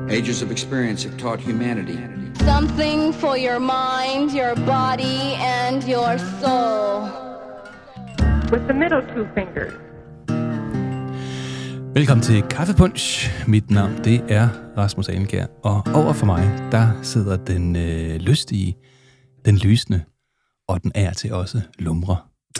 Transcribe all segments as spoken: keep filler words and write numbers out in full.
Ages of experience have taught humanity. Something for your mind, your body, and your soul. With the middle two fingers. Velkommen til Kaffepunch. Mit navn, det er Rasmus Alenkjær. Og over for mig, der sidder den øh, lystige, den lysende, og den er til også lumre.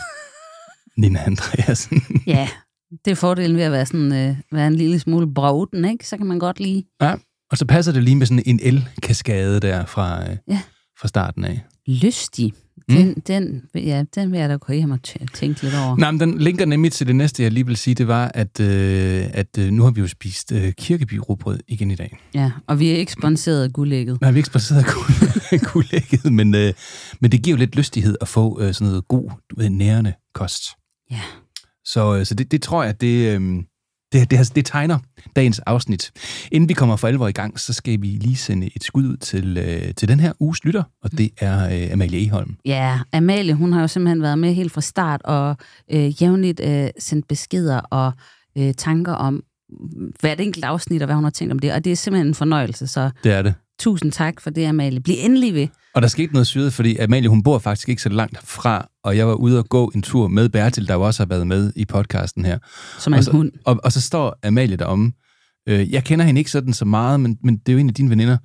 Nina Andreasen. Ja, det er fordelen ved at være, sådan, øh, være en lille smule brauden, ikke? Så kan man godt lide. Ja, og så passer det lige med sådan en el-kaskade der fra, øh, ja. fra starten af. Lystig. Den, mm. den, ja, den vil jeg da gå hjem og t- tænke lidt over. Nej, men den linker nemlig til det næste, jeg lige vil sige, det var, at, øh, at øh, nu har vi jo spist øh, kirkeby-rugbrød igen i dag. Ja, og vi er ikke sponsoreret af guldægget. Nej, vi er ikke sponsoreret af guld, guldægget, men, øh, men det giver jo lidt lystighed at få øh, sådan noget god, du ved, nærende kost. Ja. Så, øh, så det, det tror jeg, det... Øh, Det, det, det tegner dagens afsnit. Inden vi kommer for alvor i gang, så skal vi lige sende et skud ud til, øh, til den her uges lytter, og det er øh, Amalie Egholm. Ja, Amalie, hun har jo simpelthen været med helt fra start og øh, jævnligt øh, sendt beskeder og øh, tanker om hvert enkelt afsnit og hvad hun har tænkt om det, og det er simpelthen en fornøjelse, så det er det. Tusind tak for det, Amalie. Bliv endelig ved. Og der skete noget syret, fordi Amalie, hun bor faktisk ikke så langt fra, og jeg var ude og gå en tur med Bertil, der jo også har været med i podcasten her. Som en og så, hund. Og, og så står Amalie deromme. Øh, jeg kender hende ikke sådan så meget, men, men det er jo en af dine veninder.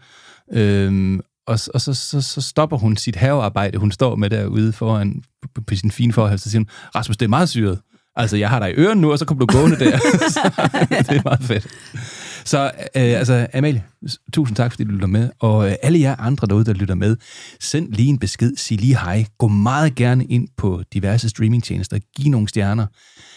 Øh, og og så, så, så stopper hun sit havearbejde, hun står med derude foran på, på sin fine forhold, så siger hun, Rasmus, det er meget syret. Altså, jeg har dig i øren nu, og så kommer du gående der. Så, det er meget fedt. Så øh, altså, Amalie, tusind tak, fordi du lytter med. Og øh, alle jer andre derude, der lytter med, send lige en besked, sig lige hej. Gå meget gerne ind på diverse streamingtjenester, giv nogle stjerner.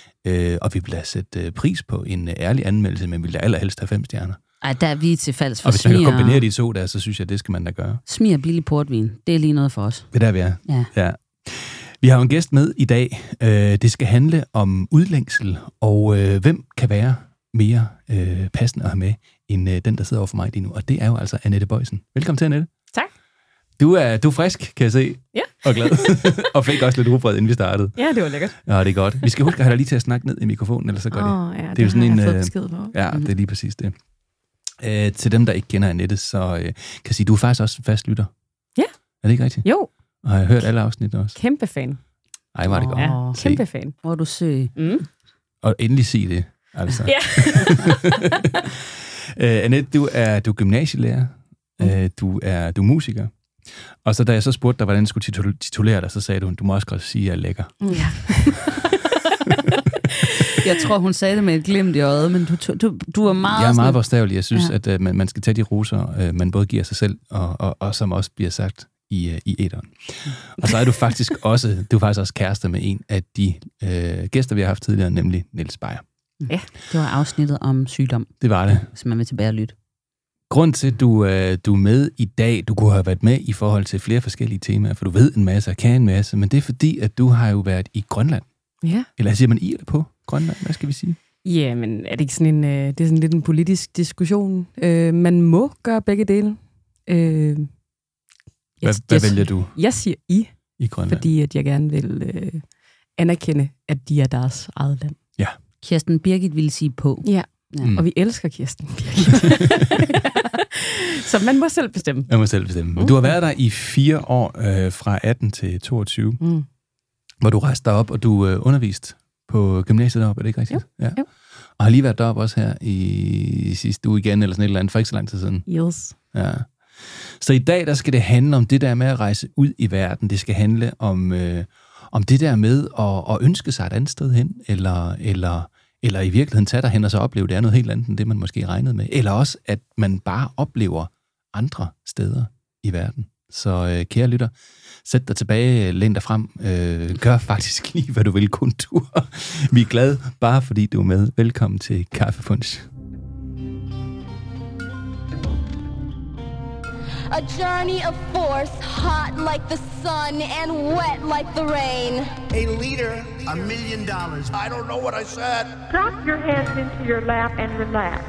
Øh, og vi vil da sætte øh, pris på en øh, ærlig anmeldelse, men vi vil da allerhelst have fem stjerner. Ej, der er vi til falds for Og hvis man smier, kan kombinere de to der, så synes jeg, det skal man da gøre. Smier billig portvin, det er lige noget for os. Det er der, vi er. Ja. Ja. Vi har jo en gæst med i dag. Øh, det skal handle om udlængsel, og øh, hvem kan være mere øh, passende at have med, end øh, den, der sidder over for mig lige nu. Og det er jo altså Annette Boysen. Velkommen til, Annette. Tak. Du er, du er frisk, kan jeg se. Ja. Og glad. Og fik også lidt rugbrød, inden vi startede. Ja, det var lækkert. Ja, det er godt. Vi skal huske at have dig lige til at snakke ned i mikrofonen, ellers så går oh, det. Ja, det, det er jo sådan en, jeg fået besked på. Ja, det er lige præcis det. Øh, til dem, der ikke kender Annette, så øh, kan jeg sige, du er faktisk også fast lytter. Ja. Er det ikke rigtigt? Jo. Og har jeg hørt alle afsnit også? Kæmpe fan. Ej, var det godt. Ja, kæmpe fan. Hvor er du søg. Mm. Og endelig sig det, altså. Ja. uh, Annette, du er, du er gymnasielærer. Mm. Uh, du, er, du er musiker. Og så da jeg så spurgte dig, hvordan jeg skulle titulere dig, så sagde du, du må også godt sige, at jeg er lækker. Ja. Jeg tror, hun sagde det med et glimt i øjet, men du, du, du var meget... Jeg er meget bogstavelig. Jeg synes, ja. at uh, man, man skal tage de roser, uh, man både giver sig selv, og, og, og som også bliver sagt i, uh, i æteren. Mm. Og så er du faktisk også, du er faktisk også kærester med en af de uh, gæster, vi har haft tidligere, nemlig Niels Beyer. Ja, det var afsnittet om sygdom. Det var det. Hvis man vil tilbage og lytte. Grunden til, at du, øh, du er med i dag, du kunne have været med i forhold til flere forskellige temaer, for du ved en masse og kan en masse, men det er fordi, at du har jo været i Grønland. Ja. Eller siger man i eller på Grønland? Hvad skal vi sige? Ja, men er det ikke sådan en, øh, det er sådan lidt en politisk diskussion? Øh, man må gøre begge dele. Øh, hvad jeg, hvad jeg, vælger du Jeg siger I, i Grønland? Fordi at jeg gerne vil øh, anerkende, at de er deres eget land. Ja. Kirsten Birgit ville sige på. Ja. Ja. Mm. Og vi elsker Kirsten Birgit. Så man må selv bestemme. Man må selv bestemme. Mm. Du har været der i fire år, øh, fra atten til toogtyve, mm. hvor du rejste derop, og du øh, underviste på gymnasiet deroppe, er det ikke rigtigt? Jo. Ja. Jo. Og har lige været deroppe også her i sidste uge igen, eller sådan et eller andet, for ikke så lang tid siden. Yes. Ja. Så i dag, der skal det handle om det der med at rejse ud i verden. Det skal handle om, øh, om det der med at, at ønske sig et andet sted hen, eller... eller eller i virkeligheden tage dig hen og så opleve, det er noget helt andet end det, man måske regnede med. Eller også, at man bare oplever andre steder i verden. Så øh, kære lytter, sæt dig tilbage, læn dig frem, øh, gør faktisk lige, hvad du vil, kun tur. Vi er glade, bare fordi du er med. Velkommen til Kaffepunch. A journey of force, hot like the sun and wet like the rain. A leader, a million dollars. I don't know what I said. Drop your hands into your lap and relax.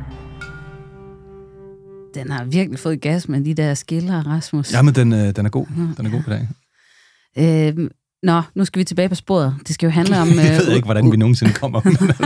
Den har virkelig fået gas med de der skiller, Rasmus. Jamen, den, øh, den er god. Den er god i dag. Øh, Nå, nu skal vi tilbage på sporet. Det skal jo handle om... Jeg ved ikke, hvordan vi nogensinde kommer.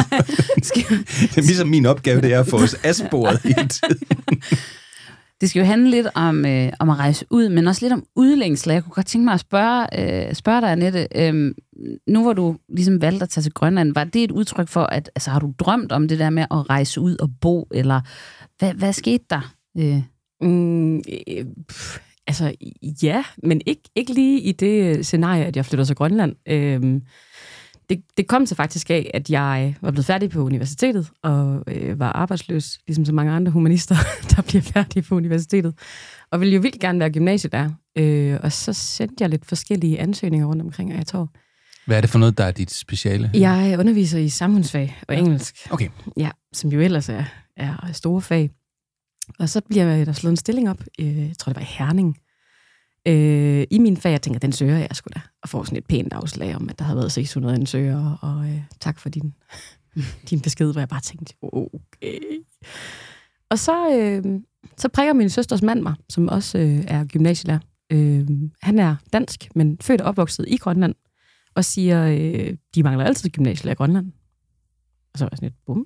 Det er ligesom min opgave, det er at få os af sporet hele tiden. Det skal jo handle lidt om, øh, om at rejse ud, men også lidt om udlængsel. Jeg kunne godt tænke mig at spørge, øh, spørge dig, Annette. Øh, nu hvor du ligesom valgte at tage til Grønland, var det et udtryk for, at altså, har du drømt om det der med at rejse ud og bo, eller hvad, hvad skete der? Øh. Mm, øh, pff, altså, ja, men ikke, ikke lige i det scenarie, at jeg flytter til Grønland. Øh, det, det kom så faktisk af, at jeg var blevet færdig på universitetet, og øh, var arbejdsløs, ligesom så mange andre humanister, der bliver færdige på universitetet. Og ville jo vildt gerne være gymnasielærer. Øh, og så sendte jeg lidt forskellige ansøgninger rundt omkring, og jeg tror... Hvad er det for noget, der er dit speciale? Jeg underviser i samfundsfag og engelsk. Okay. Ja, som jo ellers er, er store fag. Og så bliver der slået en stilling op, øh, jeg tror det var i Herning, øh, i min fag. Jeg tænker, den søger jeg sgu da, og får sådan et pænt afslag om, at der har været seks hundrede ansøgere, og øh, tak for din, din besked, hvor jeg bare tænkte, okay. Og så, øh, så prikker min søsters mand mig, som også øh, er gymnasielærer. Øh, han er dansk, men født og opvokset i Grønland, og siger, øh, de mangler altid gymnasielærer i Grønland. Og så var jeg sådan lidt, bum.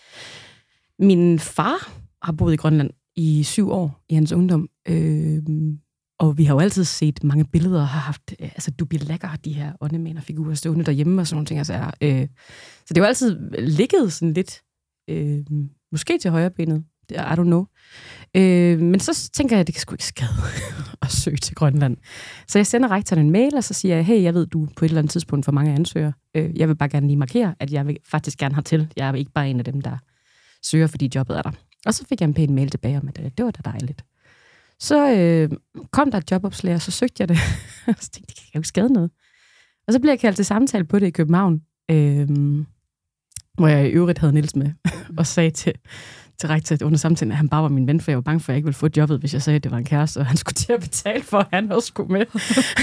Min far har boet i Grønland i syv år i hans ungdom, øh, og vi har jo altid set mange billeder og har haft, øh, altså Dubi Lækker, de her åndemanerfigurer stående derhjemme og sådan nogle ting. Altså, øh, så det har jo altid ligget sådan lidt, øh, måske til højre benet, I don't know. Øh, men så tænker jeg, at det kan sgu ikke skade at søge til Grønland. Så jeg sender rektoren en mail, og så siger jeg, hey, jeg ved, du på et eller andet tidspunkt får mange ansøgere. Øh, jeg vil bare gerne lige markere, at jeg vil faktisk gerne hertil. Jeg er ikke bare en af dem, der søger, fordi jobbet er der. Og så fik jeg en pæn mail tilbage om, at det var da dejligt. Så øh, kom der et jobopslag, og så søgte jeg det. Og så tænkte jeg, det kan jo ikke skade noget. Og så blev jeg kaldt til samtale på det i København, øh, hvor jeg i øvrigt havde Niels med, og sagde til, til rektor under samtalen, at han bare var min ven, for jeg var bange for, at jeg ikke ville få jobbet, hvis jeg sagde, at det var en kæreste, og han skulle til at betale for, at han også skulle med.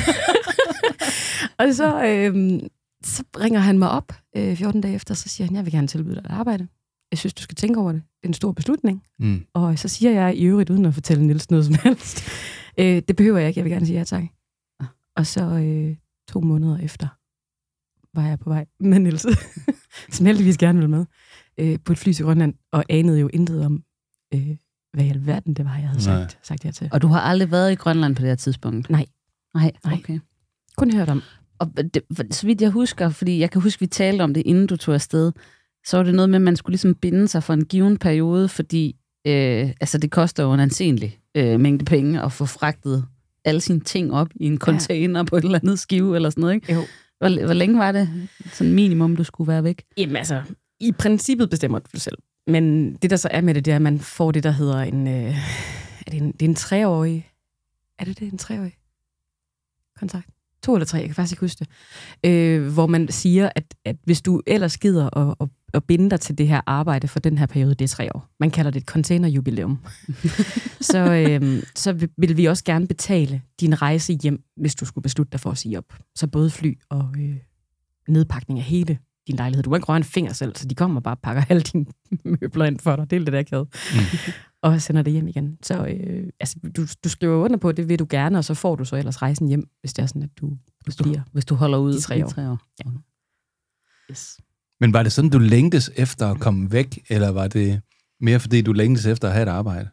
Og så, øh, så ringer han mig op øh, fjorten dage efter, og så siger han, jeg vil gerne tilbyde dig et arbejde. Jeg synes, du skal tænke over det. Det er en stor beslutning. Mm. Og så siger jeg i øvrigt, uden at fortælle Niels noget som helst, øh, det behøver jeg ikke, jeg vil gerne sige ja tak. Og så øh, to måneder efter var jeg på vej med Niels, som heldigvis gerne ville med, øh, på et fly til Grønland, og anede jo intet om, øh, hvad i alverden det var, jeg havde sagt, sagt ja til. Og du har aldrig været i Grønland på det her tidspunkt? Nej. Nej, Nej. okay. Kun hørt om. Og det, så vidt jeg husker, fordi jeg kan huske, vi talte om det, inden du tog afsted, så var det noget med, at man skulle ligesom binde sig for en given periode, fordi øh, altså det koster jo en anselig øh, mængde penge at få fragtet alle sine ting op i en container ja. På et eller andet skive eller sådan noget, ikke? Jo. Hvor, hvor længe var det sådan minimum, du skulle være væk? Jamen altså, i princippet bestemmer du selv. Men det, der så er med det, det er, at man får det, der hedder en... Øh, er det en, det er en treårig... Er det det? En treårig kontrakt? To eller tre, jeg kan faktisk ikke huske det. Øh, hvor man siger, at, at hvis du ellers gider at, at, at binde dig til det her arbejde for den her periode, det er tre år. Man kalder det et containerjubilæum. så, øh, så vil vi også gerne betale din rejse hjem, hvis du skulle beslutte dig for at sige op. Så både fly og øh, nedpakning af hele din lejlighed. Du må ikke røre en finger selv, så de kommer bare og pakker alle dine møbler ind for dig. Det er det der kæde. Mm. Og sender det hjem igen. Så øh, altså, du, du skriver under på, det vil du gerne, og så får du så ellers rejsen hjem, hvis det er sådan, at du, hvis du, hvis du holder ud i tre år. I tre år. Ja. Yes. Men var det sådan, du længtes efter at komme væk, eller var det mere fordi, du længtes efter at have et arbejde?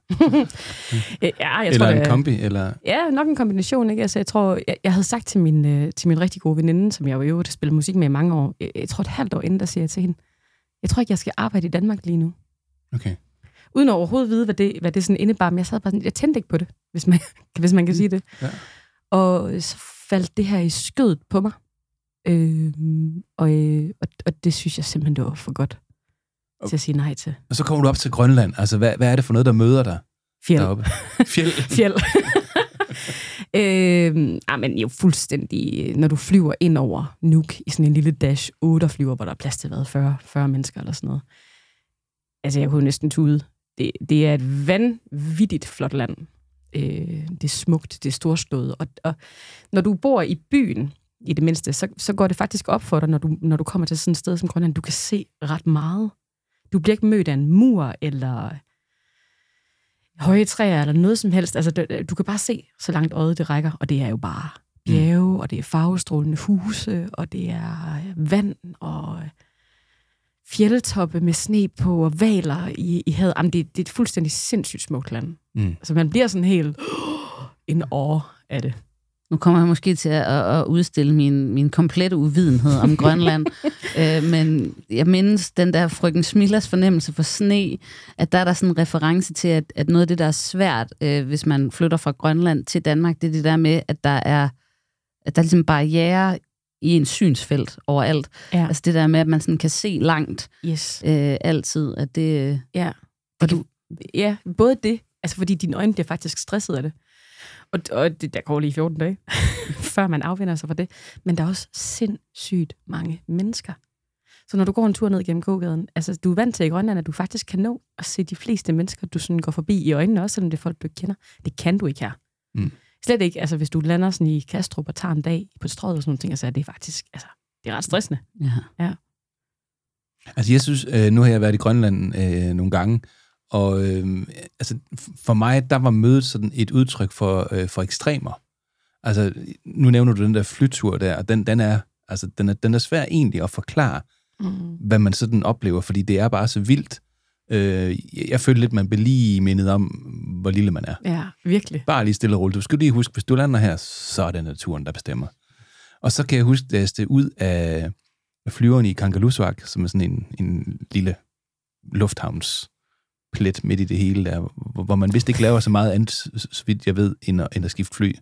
ja, jeg eller tror, en det, kombi? Eller? Ja, nok en kombination. Ikke? Altså, jeg tror, jeg, jeg havde sagt til min, øh, til min rigtig gode veninde, som jeg jo øvrigt har spillet musik med i mange år, jeg, jeg tror et halvt år inden, der siger jeg til hende, jeg tror ikke, jeg skal arbejde i Danmark lige nu. Okay. Uden at overhovedet vide, hvad det, hvad det sådan indebar, men jeg sad bare sådan, jeg tændte ikke på det, hvis man, hvis man kan sige det. Ja. Og så faldt det her i skødet på mig. Øh, og, øh, og, og det synes jeg simpelthen, det var for godt til at sige nej til. Og så kommer du op til Grønland. Altså, hvad, hvad er det for noget, der møder dig Fjeld. deroppe? Fjeld. Fjeld. øh, ah, men jo fuldstændig, når du flyver ind over Nuuk i sådan en lille Dash otte flyver, hvor der er plads til hvad, fyrre, fyrre mennesker eller sådan noget. Altså, jeg kunne næsten tude. Det, det er et vanvittigt flot land. Øh, det er smukt, det er storslået. Og, og når du bor i byen, i det mindste, så, så går det faktisk op for dig, når du, når du kommer til sådan et sted som Grønland. Du kan se ret meget. Du bliver ikke mødt af en mur, eller høje træer, eller noget som helst. Altså, du, du kan bare se, så langt øjet det rækker, og det er jo bare bjerge og det er farvestrålende huse, og det er vand og fjeldtoppe med sne på og valer i, i havet. Jamen, det, det er et fuldstændig sindssygt smukt land. Mm. Så man bliver sådan helt oh, en år af det. Nu kommer jeg måske til at, at udstille min, min komplette uvidenhed om Grønland, øh, men jeg mindes den der frøken Smillas fornemmelse for sne, at der er der sådan en reference til, at, at noget af det, der er svært, øh, hvis man flytter fra Grønland til Danmark, det er det der med, at der er, at der er ligesom barriere i en synsfelt overalt. Ja. Altså det der med, at man sådan kan se langt yes. øh, altid. At det, ja. Og du, ja, både det, altså fordi dine øjne bliver faktisk stresset af det. Og, og det, der går lige fjorten dage, før man afvinder sig for det. Men der er også sindssygt mange mennesker. Så når du går en tur ned gennem gågaden, altså du er vant til i Grønland, at du faktisk kan nå at se de fleste mennesker, du sådan går forbi i øjnene, også selvom det er folk, du ikke kender. Det kan du ikke her. Mm. Slet ikke, altså hvis du lander sådan i Kastrup og tager en dag på strøget og sådan nogle ting, så er det faktisk, altså det er ret stressende. Ja. Ja. Altså jeg synes, øh, nu har jeg været i Grønland øh, nogle gange, og øh, altså, for mig, der var mødet sådan et udtryk for, øh, for ekstremer. Altså, nu nævner du den der flytur der, og den, den, er, altså, den, er, den er svær egentlig at forklare, mm. hvad man sådan oplever, fordi det er bare så vildt. Øh, jeg føler lidt, man bliver lige mindet om, hvor lille man er. Ja, virkelig. Bare lige stille og roligt. Du skal lige huske, hvis du lander her, så er det naturen, der bestemmer. Og så kan jeg huske, at jeg steg ud af flyveren i Kangerlussuaq, som er sådan en, en lille lufthavns plet midt i det hele der, hvor man vist ikke laver så meget andet, så vidt jeg ved, end at, end at skifte fly.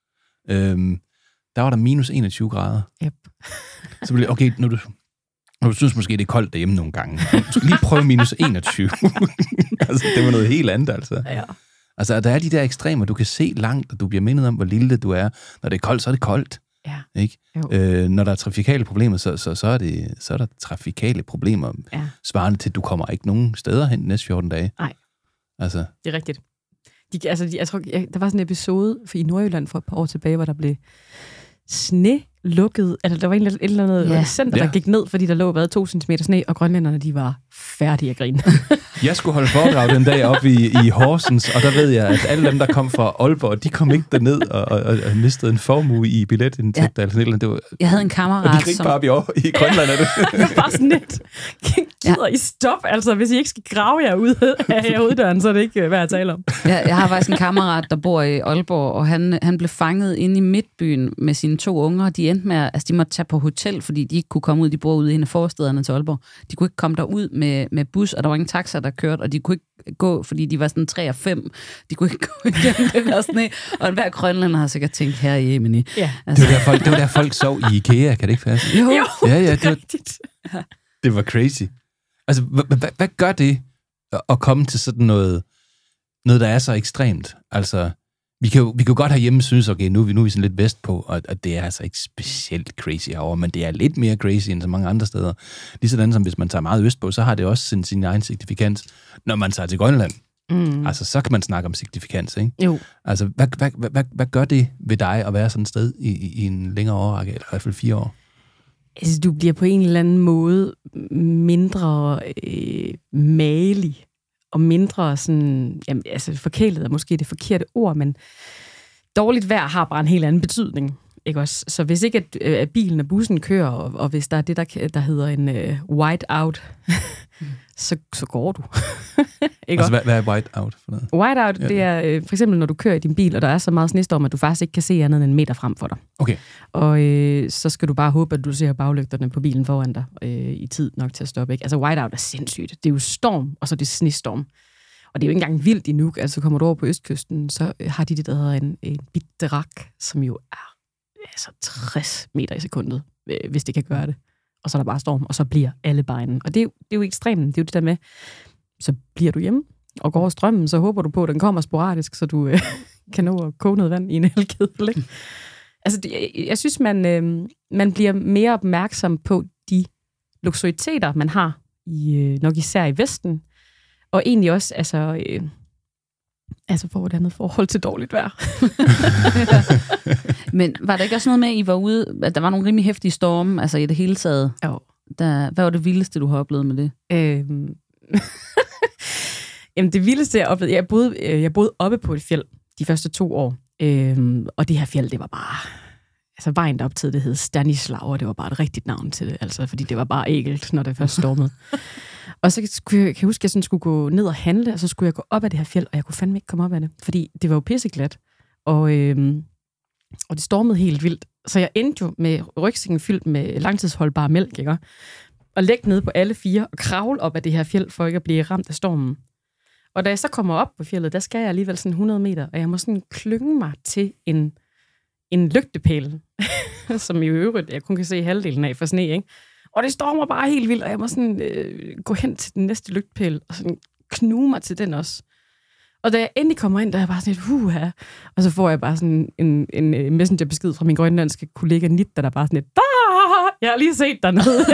Øhm, der var der minus enogtyve grader. Yep. Så blev okay, når du, når du synes måske, det er koldt derhjemme nogle gange, du skal lige prøve minus enogtyve. Altså, det var noget helt andet, altså. Ja. Altså, der er de der ekstremer, du kan se langt, og du bliver mindet om, hvor lille du er. Når det er koldt, så er det koldt. Ja. Ikke? Øh, når der er trafikale problemer, så, så, så, er det, så er der trafikale problemer, ja. Svarende til, at du kommer ikke nogen steder hen de næste fjorten dage. Nej, altså. Det er rigtigt. De, altså, de, jeg tror, jeg, der var sådan en episode for i Nordjylland for et par år tilbage, hvor der blev sne lukket. Altså, der var en, et eller andet yeah. center, der ja. gik ned, fordi der lå været to centimeter sne, og grønlænderne, de var færdige at grine. Jeg skulle holde foredrag den dag op i, i Horsens, og der ved jeg, at alle dem, der kom fra Aalborg, de kom ikke derned og, og, og mistede en formue i billetindtægter. Ja. Eller sådan noget. Det var, jeg havde en kammerat, og de grinte som... bare op i, i Grønland af det. Det var bare sådan lidt, gider I stop? Altså, hvis I ikke skal grave jer ud af jer uddøren, så er det ikke værd at tale om. Ja, jeg har faktisk en kammerat, der bor i Aalborg, og han, han blev fanget inde i midtbyen med sine to unger. De endte med, altså de måtte tage på hotel, fordi de ikke kunne komme ud. De bor ude i en af forstederne til Aalborg. De kunne ikke komme derud med, med bus, og der var ingen taxa, der kørte, og de kunne ikke gå, fordi de var sådan tre og fem. De kunne ikke gå igennem det der sne. Og enhver grønlænder har sikkert tænkt, her i Emini. Ja. Altså. Det, var der folk, det var der folk sov i IKEA, kan det ikke passe? Jo, jo ja, ja, det, var, det var crazy. Altså, hvad, hvad gør det at komme til sådan noget, noget der er så ekstremt? Altså, vi kan jo vi kan jo godt herhjemme synes, okay, nu er vi, nu er vi sådan lidt vest på, og, og det er altså ikke specielt crazy herovre, men det er lidt mere crazy end så mange andre steder. Ligesådan som hvis man tager meget øst på, så har det også sin, sin egen signifikans. Når man tager til Grønland, mm. altså så kan man snakke om signifikans, ikke? Jo. Altså, hvad, hvad, hvad, hvad, hvad gør det ved dig at være sådan et sted i, i en længere årrække, eller i hvert fald fire år? Altså, du bliver på en eller anden måde mindre øh, malig, og mindre sådan, jamen, altså forkælet er måske det forkerte ord, men dårligt vejr har bare en helt anden betydning, ikke også? Så hvis ikke at, at bilen og bussen kører, og, og hvis der er det, der, der hedder en uh, white-out, så, så går du. Ikke altså, hvad, hvad er white-out for noget? White-out, ja. Det er øh, for eksempel, når du kører i din bil, og der er så meget snestorm, at du faktisk ikke kan se andet end en meter frem for dig. Okay. Og øh, så skal du bare håbe, at du ser baglygterne på bilen foran dig øh, i tid nok til at stoppe. Ikke? Altså, white-out er sindssygt. Det er jo storm, og så er det snestorm. Og det er jo ikke engang vildt i Nuuk. Altså, kommer du over på østkysten, så har de det, der hedder en, en bitterak, som jo er altså tres meter i sekundet, hvis det kan gøre det. Og så er der bare storm, og så bliver alle bare inde. Og det er, jo, det er jo ekstremt. Det er jo det der med, så bliver du hjemme og går over strømmen, så håber du på, at den kommer sporadisk, så du øh, kan nå at koge noget vand i en elkedel, ikke? Altså, det, jeg, jeg synes, man, øh, man bliver mere opmærksom på de luksuriteter, man har, i, øh, nok især i Vesten, og egentlig også, altså, øh, altså for et andet forhold til dårligt vejr. Men var der ikke også noget med, at I var ude, at der var nogle rimelig heftige storme, altså i det hele taget? Jo. Der, hvad var det vildeste, du har oplevet med det? Øhm. Jamen, det vildeste, jeg oplevede, jeg boede, jeg boede oppe på et fjeld de første to år, øhm, og det her fjeld, det var bare, altså vejen derop til, det hed Stanislav, og det var bare et rigtigt navn til det, altså, fordi det var bare ægelt, når det først stormede. Og så skulle jeg, kan jeg huske, at jeg sådan skulle gå ned og handle, og så skulle jeg gå op ad det her fjeld, og jeg kunne fandme ikke komme op ad det, fordi det var jo pisseglat, og, øhm, og det stormede helt vildt. Så jeg endte jo med rygsækken fyldt med langtidsholdbar mælk, ikke? Og lægge ned på alle fire og kravle op af det her fjeld, for ikke at blive ramt af stormen. Og da jeg så kommer op på fjeldet, der skal jeg alligevel sådan hundrede meter, og jeg må sådan klynge mig til en, en lygtepæl, som i øvrigt jeg kun kan se halvdelen af for sne, ikke? Og det stormer bare helt vildt, og jeg må sådan øh, gå hen til den næste lygtepæl, og sådan knuge mig til den også. Og da jeg endelig kommer ind, der er jeg bare sådan et huha, og så får jeg bare sådan en, en, en messengerbesked fra min grønlandske kollega Nit, der bare sådan et, jeg har lige set dig nede.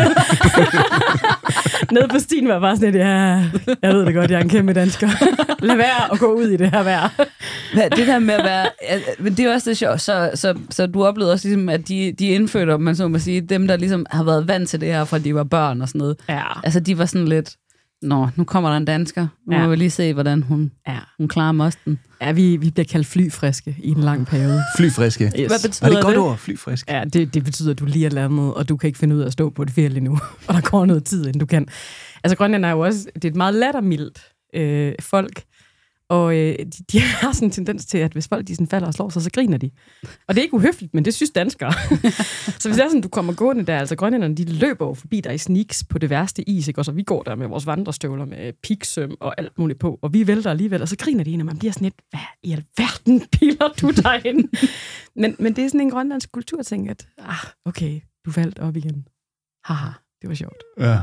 Nede på stien var jeg bare sådan et, ja, jeg ved det godt, jeg er en kæmpe dansker. Lad være at gå ud i det her vejr. Hvad, det der med at være, men det er også det sjovt, så, så, så du oplevede også ligesom, at de, de indfødte, man så må sige, dem der ligesom har været vant til det her, fra de var børn og sådan noget. Ja. Altså de var sådan lidt, nå, nu kommer der en dansker. Nu ja. må vi lige se, hvordan hun, ja. hun klarer mosten. Ja, vi, vi bliver kaldt flyfriske i en lang periode. Flyfriske? Yes. Hvad betyder det? Er det godt det? ord, flyfriske? Ja, det, det betyder, at du lige er landet, og du kan ikke finde ud af at stå på et fjeld endnu. Og der går noget tid, inden du kan. Altså, Grønland er jo også, det er et meget lattermildt øh, folk. Og øh, de, de har sådan en tendens til, at hvis folk de sådan falder og slår sig, så griner de. Og det er ikke uhøfligt, men det synes danskere. Så hvis det er sådan, du kommer gående der, altså grønlænderne, de løber jo forbi dig i sneaks på det værste is, ikke? Og så vi går der med vores vandrestøvler med piksøm og alt muligt på, og vi vælter alligevel, og så griner de, og man bliver sådan lidt, hvad i alverden piller du derinde? men, men det er sådan en grønlandsk kulturting, at ah, okay, du faldt op igen. Haha, det var sjovt. Ja.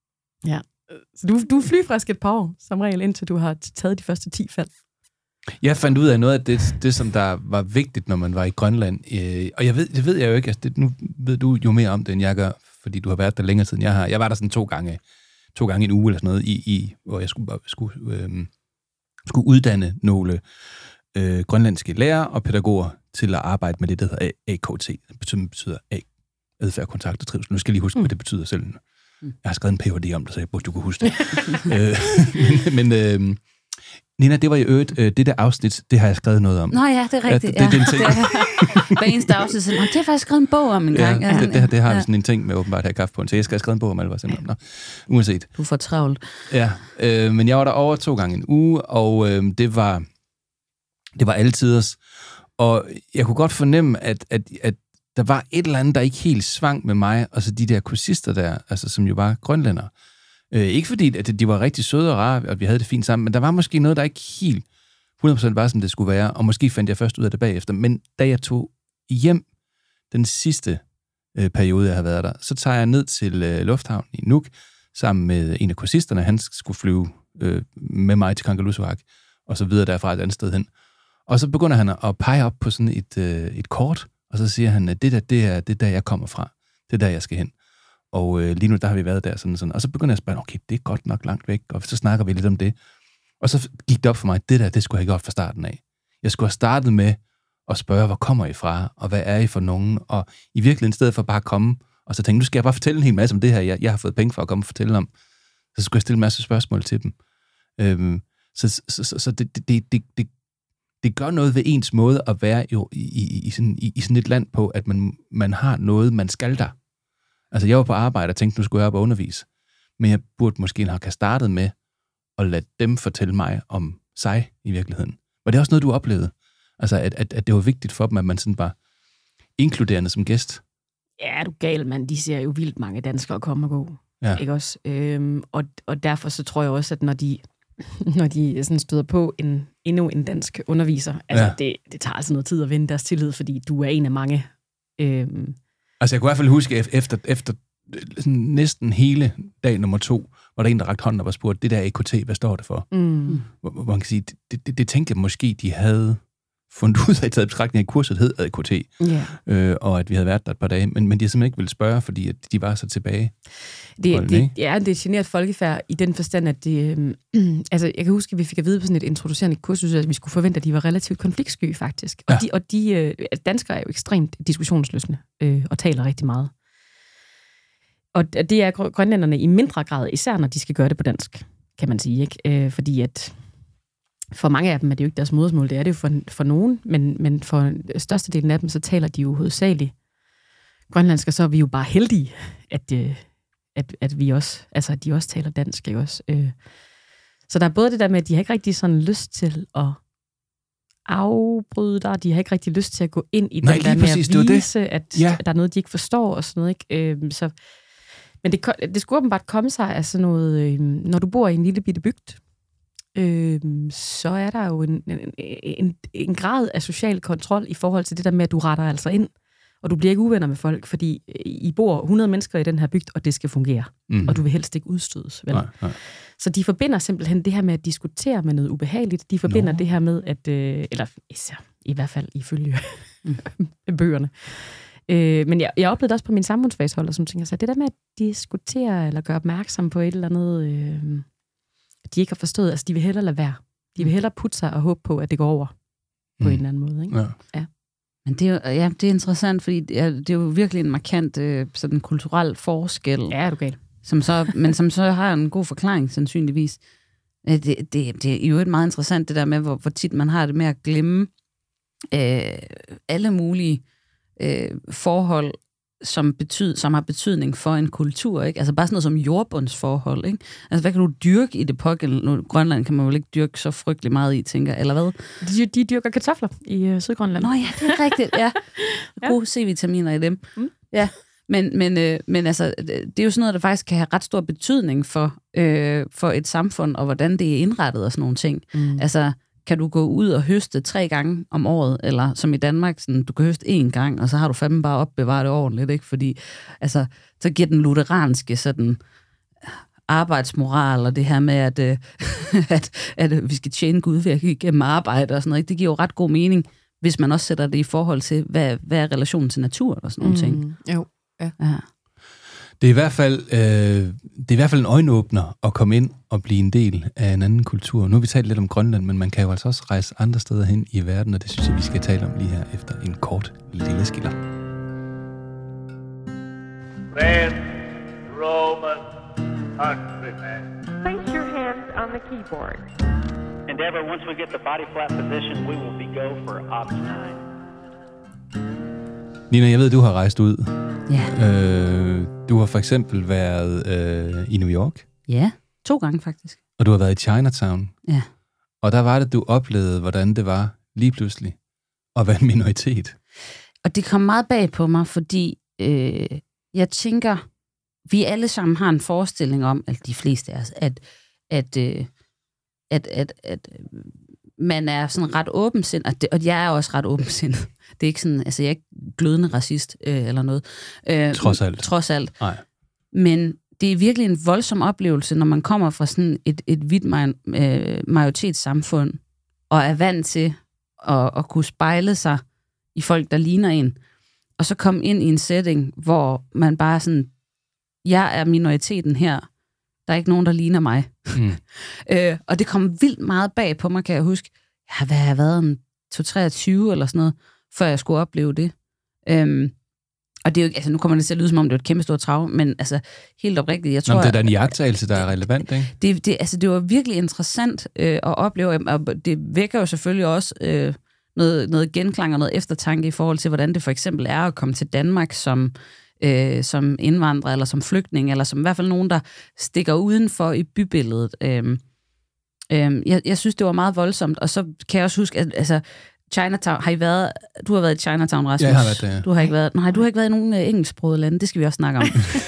Ja. Så du, du er flyfrisk et par år, som regel, indtil du har taget de første ti fald. Jeg fandt ud af noget af det, det som der var vigtigt, når man var i Grønland. Øh, og jeg ved, det ved jeg jo ikke. Altså det, nu ved du jo mere om det, end jeg gør, fordi du har været der længere siden jeg har. Jeg var der sådan to gange, to gange en uge eller sådan noget, i, i, hvor jeg skulle, skulle, øh, skulle uddanne nogle øh, grønlandske lærere og pædagoger til at arbejde med det, der hedder A K T. Det betyder, betyder A, adfærd, kontakt og trivsel. Nu skal jeg lige huske, mm. hvad det betyder selv. Jeg har skrevet en P H D om det, så jeg burde, du kunne huske det. øh, men men øh, Nina, det var i øvrigt, øh, det der afsnit, det har jeg skrevet noget om. Nå ja, det er rigtigt. Ja, det, det, det er en ting. Hver eneste afsnit, så, det har jeg faktisk skrevet en bog om en gang. Ja, det, det, det har vi sådan en ting med åbenbart her kaffe på, så jeg skal have skrevet en bog om alvor simpelthen. Nå, uanset. Du får travlt. Ja, øh, men jeg var der over to gange en uge, og øh, det var det var altiders. Og jeg kunne godt fornemme, at, at, at der var et eller andet, der ikke helt svang med mig, og så de der kursister der, altså, som jo var grønlændere. Øh, ikke fordi, at de var rigtig søde og rare, og vi havde det fint sammen, men der var måske noget, der ikke helt hundrede procent var, som det skulle være, og måske fandt jeg først ud af det bagefter. Men da jeg tog hjem den sidste øh, periode, jeg har været der, så tager jeg ned til øh, lufthavnen i Nuuk, sammen med en af kursisterne. Han skulle flyve øh, med mig til Kangerlussuaq, og så videre derfra et andet sted hen. Og så begynder han at pege op på sådan et, øh, et kort, og så siger han, at det der, det er, det er der, jeg kommer fra. Det er der, jeg skal hen. Og øh, lige nu, der har vi været der sådan sådan. Og så begynder jeg at spørge, okay, det er godt nok langt væk, og så snakker vi lidt om det. Og så gik det op for mig, det der, det skulle jeg ikke gjort fra starten af. Jeg skulle have startet med at spørge, hvor kommer I fra, og hvad er I for nogen? Og i virkeligheden, i stedet for bare at komme, og så tænke, nu skal jeg bare fortælle en hel masse om det her, jeg, jeg har fået penge for at komme og fortælle om. Så skulle jeg stille en masse spørgsmål til dem. Øhm, så så, så, så det, det, det, det, det gør noget ved ens måde at være jo i, i, i, sådan, i, i sådan et land på, at man, man har noget, man skal der. Altså, jeg var på arbejde og tænkte, nu skulle jeg op og undervise. Men jeg burde måske have startet med at lade dem fortælle mig om sig i virkeligheden. Var det også noget, du oplevede? Altså, at, at, at det var vigtigt for dem, at man sådan var inkluderende som gæst? Ja, du gal, mand. De ser jo vildt mange danskere komme og gå. Ja. Ikke også? Øhm, og, og derfor så tror jeg også, at når de, når de sådan støder på en, endnu en dansk underviser, altså ja. det, det tager altså noget tid at vinde deres tillid, fordi du er en af mange. Øhm. Altså, jeg kunne i hvert fald huske, efter, efter sådan næsten hele dag nummer to, var der en, der rakte hånden op og spurgte, det der A K T, hvad står det for? Mm. Hvor, hvor man kan sige, det, det, det tænkte jeg måske, de havde fundet ud af, at taget betragtning af kurset hed A K T, Yeah. øh, og at vi havde været der et par dage, men, men de har simpelthen ikke ville spørge, fordi at de var så tilbage. Det, Holden, det, ja, det er generet folkefærd i den forstand, at det, øh, altså, jeg kan huske, at vi fik at vide på sådan et introducerende kursus, at vi skulle forvente, at de var relativt konfliktsky, faktisk. Og, ja. de, og de, øh, danskere er jo ekstremt diskussionsløsende øh, og taler rigtig meget. Og det er grønlænderne i mindre grad, især når de skal gøre det på dansk, kan man sige, ikke? Øh, fordi at for mange af dem er det jo ikke deres modersmål, det er det jo for, for nogen, men, men for størstedelen af dem, så taler de jo hovedsageligt grønlandsk, og så er vi jo bare heldige, at, øh, at, at vi også, altså at de også taler dansk, ikke også? Øh, så der er både det der med, at de har ikke rigtig sådan lyst til at afbryde dig, de har ikke rigtig lyst til at gå ind i Nej, den der præcis, med at det vise, det. at, Ja. at der er noget, de ikke forstår og sådan noget, ikke? Øh, så, men det, det skulle åbenbart komme sig af sådan noget, øh, når du bor i en lille bitte bygd, øh, så er der jo en, en, en, en grad af social kontrol i forhold til det der med, at du retter altså ind, og du bliver ikke uvenner med folk, fordi I bor hundrede mennesker i den her bygd, og det skal fungere. Mm. Og du vil helst ikke udstødes. Vel? Nej, nej. Så de forbinder simpelthen det her med at diskutere med noget ubehageligt. De forbinder Nå. det her med, at, øh, eller især, i hvert fald ifølge bøgerne. Øh, men jeg, jeg oplevede også på min samfundsfagsholder, som tænker sig, det der med at diskutere eller gøre opmærksom på et eller andet, øh, de ikke har forstået, altså de vil hellere lade være. De vil hellere putte sig og håbe på, at det går over på mm. en eller anden måde. Ikke? Ja. Ja. Men det er jo, ja, det er interessant, fordi det er, det er jo virkelig en markant øh, sådan kulturel forskel. Ja, er du galt. Som så, men som så har en god forklaring, sandsynligvis. Det, det, det er jo et meget interessant, det der med, hvor, hvor tit man har det med at glemme øh, alle mulige øh, forhold, som, betyd, som har betydning for en kultur, ikke? Altså bare sådan noget som jordbundsforhold, ikke? Altså hvad kan du dyrke i det pågældende? Grønland kan man jo ikke dyrke så frygtelig meget i, tænker eller hvad? De, de dyrker kartofler i øh, Sydgrønland. Nå ja, det er rigtigt, ja. Gode C-vitaminer i dem. Mm. Ja, men, men, øh, men altså, det er jo sådan noget, der faktisk kan have ret stor betydning for, øh, for et samfund, og hvordan det er indrettet og sådan nogle ting. Mm. Altså, kan du gå ud og høste tre gange om året, eller som i Danmark, sådan, du kan høste én gang, og så har du fandme bare opbevaret det ordentligt, ikke? Fordi altså, så giver den lutheranske sådan arbejdsmoral, og det her med, at, øh, at, at vi skal tjene Gud ved at igennem arbejde og sådan noget, ikke? Det giver jo ret god mening, hvis man også sætter det i forhold til, hvad, hvad er relationen til natur og sådan nogle mm. ting. Jo, ja. ja. Det er i hvert fald, øh, det er i hvert fald en øjenåbner at komme ind og blive en del af en anden kultur. Nu har vi talt lidt om Grønland, men man kan jo altså også rejse andre steder hen i verden, og det synes jeg, vi skal tale om lige her efter en kort lille skiller. Friend, Roman countrymen. Place your hands on the keyboard. Endeavor, once we get the body flat position, we will be go for ops nine. Nina, jeg ved, du har rejst ud. Ja. Øh, du har for eksempel været øh, i New York. Ja, to gange faktisk. Og du har været i Chinatown. Ja. Og der var det, du oplevede, hvordan det var lige pludselig at være en minoritet. Og det kom meget bag på mig, fordi øh, jeg tænker, vi alle sammen har en forestilling om, altså de fleste af os, at, at, øh, at, at, at man er sådan ret åbensindet, og, det, og jeg er også ret åbensindet. Det er ikke sådan, altså jeg er ikke glødende racist øh, eller noget. Øh, trods alt. Trods alt. Nej. Men det er virkelig en voldsom oplevelse, når man kommer fra sådan et, et hvidt øh, majoritetssamfund, og er vant til at, at kunne spejle sig i folk, der ligner en, og så komme ind i en setting, hvor man bare sådan, jeg er minoriteten her, der er ikke nogen, der ligner mig. Mm. øh, og det kom vildt meget bag på mig, kan jeg huske. Ja, hvad har jeg været, en to treogtyve eller sådan noget, før jeg skulle opleve det. Øhm, og det er jo, altså nu kommer det til at lyde, som om det er et kæmpe stort traume, men altså helt oprigtigt, jeg tror... Nå, det er da en iagttagelse, der er relevant, ikke? Det, det, altså, det var virkelig interessant øh, at opleve, og det vækker jo selvfølgelig også øh, noget, noget genklang og noget eftertanke i forhold til, hvordan det for eksempel er at komme til Danmark som, øh, som indvandrer, eller som flygtning, eller som i hvert fald nogen, der stikker udenfor i bybilledet. Øh, øh, jeg, jeg synes, det var meget voldsomt, og så kan jeg også huske, at altså, Chinatown, har I været, du har været i Chinatown, Rasmus? Jeg har været der, ja. Du har ikke været, nej, du har ikke været i nogen uh, engelsksprogede lande, det skal vi også snakke om.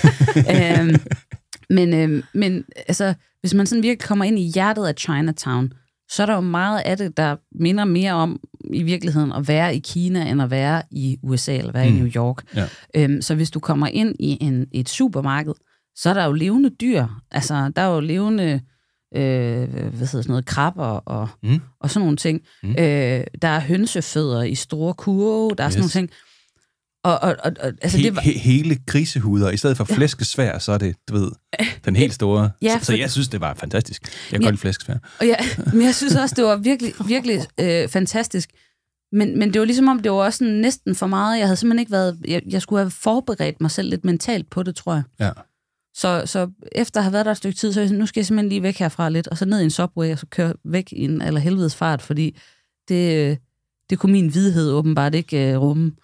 øhm, men, øhm, men altså, hvis man sådan virkelig kommer ind i hjertet af Chinatown, så er der jo meget af det, der minder mere om i virkeligheden at være i Kina, end at være i U S A, eller være mm. i New York. Ja. Øhm, så hvis du kommer ind i en, et supermarked, så er der jo levende dyr. Altså, der er jo levende... Øh, hvad hedder sådan noget, krabber og, mm. og sådan nogle ting. Mm. Øh, der er hønsefødder i store kurve, der er yes. sådan nogle ting. Og, og, og, og, altså he, det var... he, hele grisehuder, i stedet for ja. flæskesvær, så er det, du ved, den helt store. Ja, for... Så jeg synes, det var fantastisk. Jeg kan ja, godt lide flæskesvær. Og ja, men jeg synes også, det var virkelig, virkelig øh, fantastisk. Men, men det var ligesom om, det var også sådan næsten for meget. Jeg havde simpelthen ikke været... Jeg, jeg skulle have forberedt mig selv lidt mentalt på det, tror jeg. Ja. Så, så efter at have været der et stykke tid, så jeg, nu skal jeg simpelthen lige væk herfra lidt, og så ned i en subway, og så køre væk i en allerhelvedes fart, fordi det, det kunne min vidhed åbenbart ikke uh, rumme.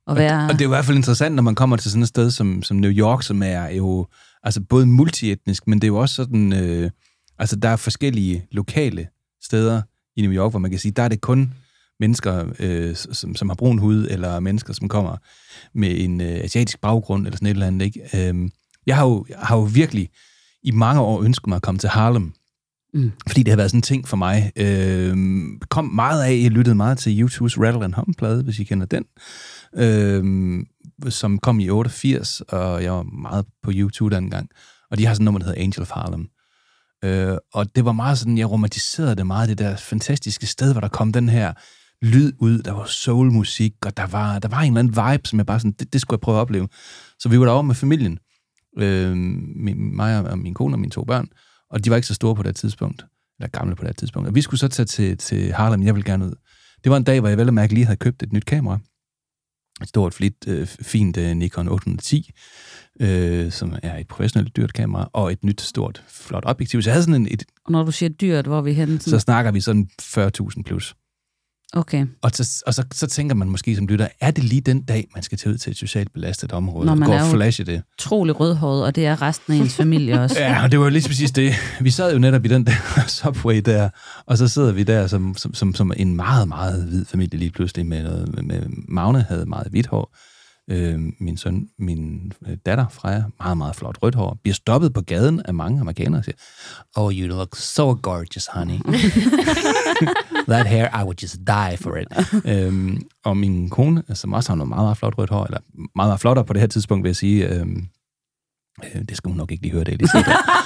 at være... Og, og det er jo i hvert fald interessant, når man kommer til sådan et sted som, som New York, som er jo altså både multietnisk, men det er jo også sådan... Øh, altså, der er forskellige lokale steder i New York, hvor man kan sige, der er det kun mennesker, øh, som, som har brun hud, eller mennesker, som kommer med en øh, asiatisk baggrund, eller sådan et eller andet, ikke? Øh, jeg, har jo, jeg har jo virkelig i mange år ønsket mig at komme til Harlem, mm. fordi det har været sådan en ting for mig. Øh, kom meget af, jeg lyttede meget til U two's Rattle and Hum-plade, hvis I kender den, øh, som kom i otteogfirs, og jeg var meget på U two dengang, og de har sådan et nummer, der hedder Angel of Harlem. Øh, og det var meget sådan, jeg romantiserede det meget, det der fantastiske sted, hvor der kom den her lyd ud, der var soulmusik, og der var, der var en eller anden vibe, som jeg bare sådan, det, det skulle jeg prøve at opleve. Så vi var derovre med familien, øh, min, mig og min kone og mine to børn, og de var ikke så store på det tidspunkt, eller gamle på det tidspunkt, og vi skulle så tage til, til Harlem, jeg ville gerne ud. Det var en dag, hvor jeg vel og mærke lige havde købt et nyt kamera, et stort, flit, øh, fint øh, Nikon otte hundrede ti, øh, som er et professionelt dyrt kamera, og et nyt, stort, flot objektiv. Så jeg havde sådan en... Et, og når du siger dyrt, hvor er vi henne? Så snakker vi sådan fyrre tusind plus. Okay. Og, så, og så, så tænker man måske som lytter, er det lige den dag, man skal tage ud til et socialt belastet område, når man og gå er og flashe det? Utrolig rødhåret, og det er resten af ens familie også. Ja, og det var lige præcis det. Vi sad jo netop i den der subway der, og så sidder vi der som, som, som, som en meget, meget hvid familie lige pludselig med noget. Med, med Magne havde meget hvidt hår. Øh, min søn, min datter Freja, meget, meget flot rødt hår, bliver stoppet på gaden af mange amerikanere og siger, oh, you look so gorgeous, honey. That hair, I would just die for it. øhm, og min kone, som også har noget meget, meget flot rødt hår, eller meget, meget flottere på det her tidspunkt, vil jeg sige, øhm, øh, det skal hun nok ikke lige høre det, lige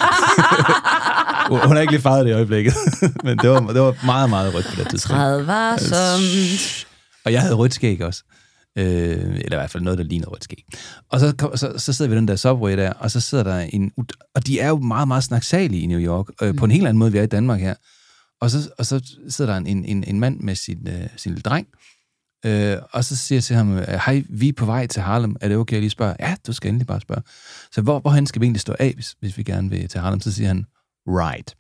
Hun har ikke lige farvet det i øjeblikket, men det var, det var meget, meget rødt på det tidspunkt. Træd varsomt. Og jeg havde rødt skæg også. Øh, eller i hvert fald noget, der ligner rødt skæg. Og så, så, så sidder vi den der subway der, og så sidder der en... Og de er jo meget, meget snaksalige i New York, øh, på en helt anden måde, vi er i Danmark her. Og så, og så sidder der en, en, en mand med sin, øh, sin lille dreng, øh, og så siger jeg til ham, hej, vi er på vej til Harlem, er det okay, jeg lige spørger? Ja, du skal endelig bare spørge. Så hvor, hvorhen skal vi egentlig stå af, hvis, hvis vi gerne vil til Harlem? Så siger han, right.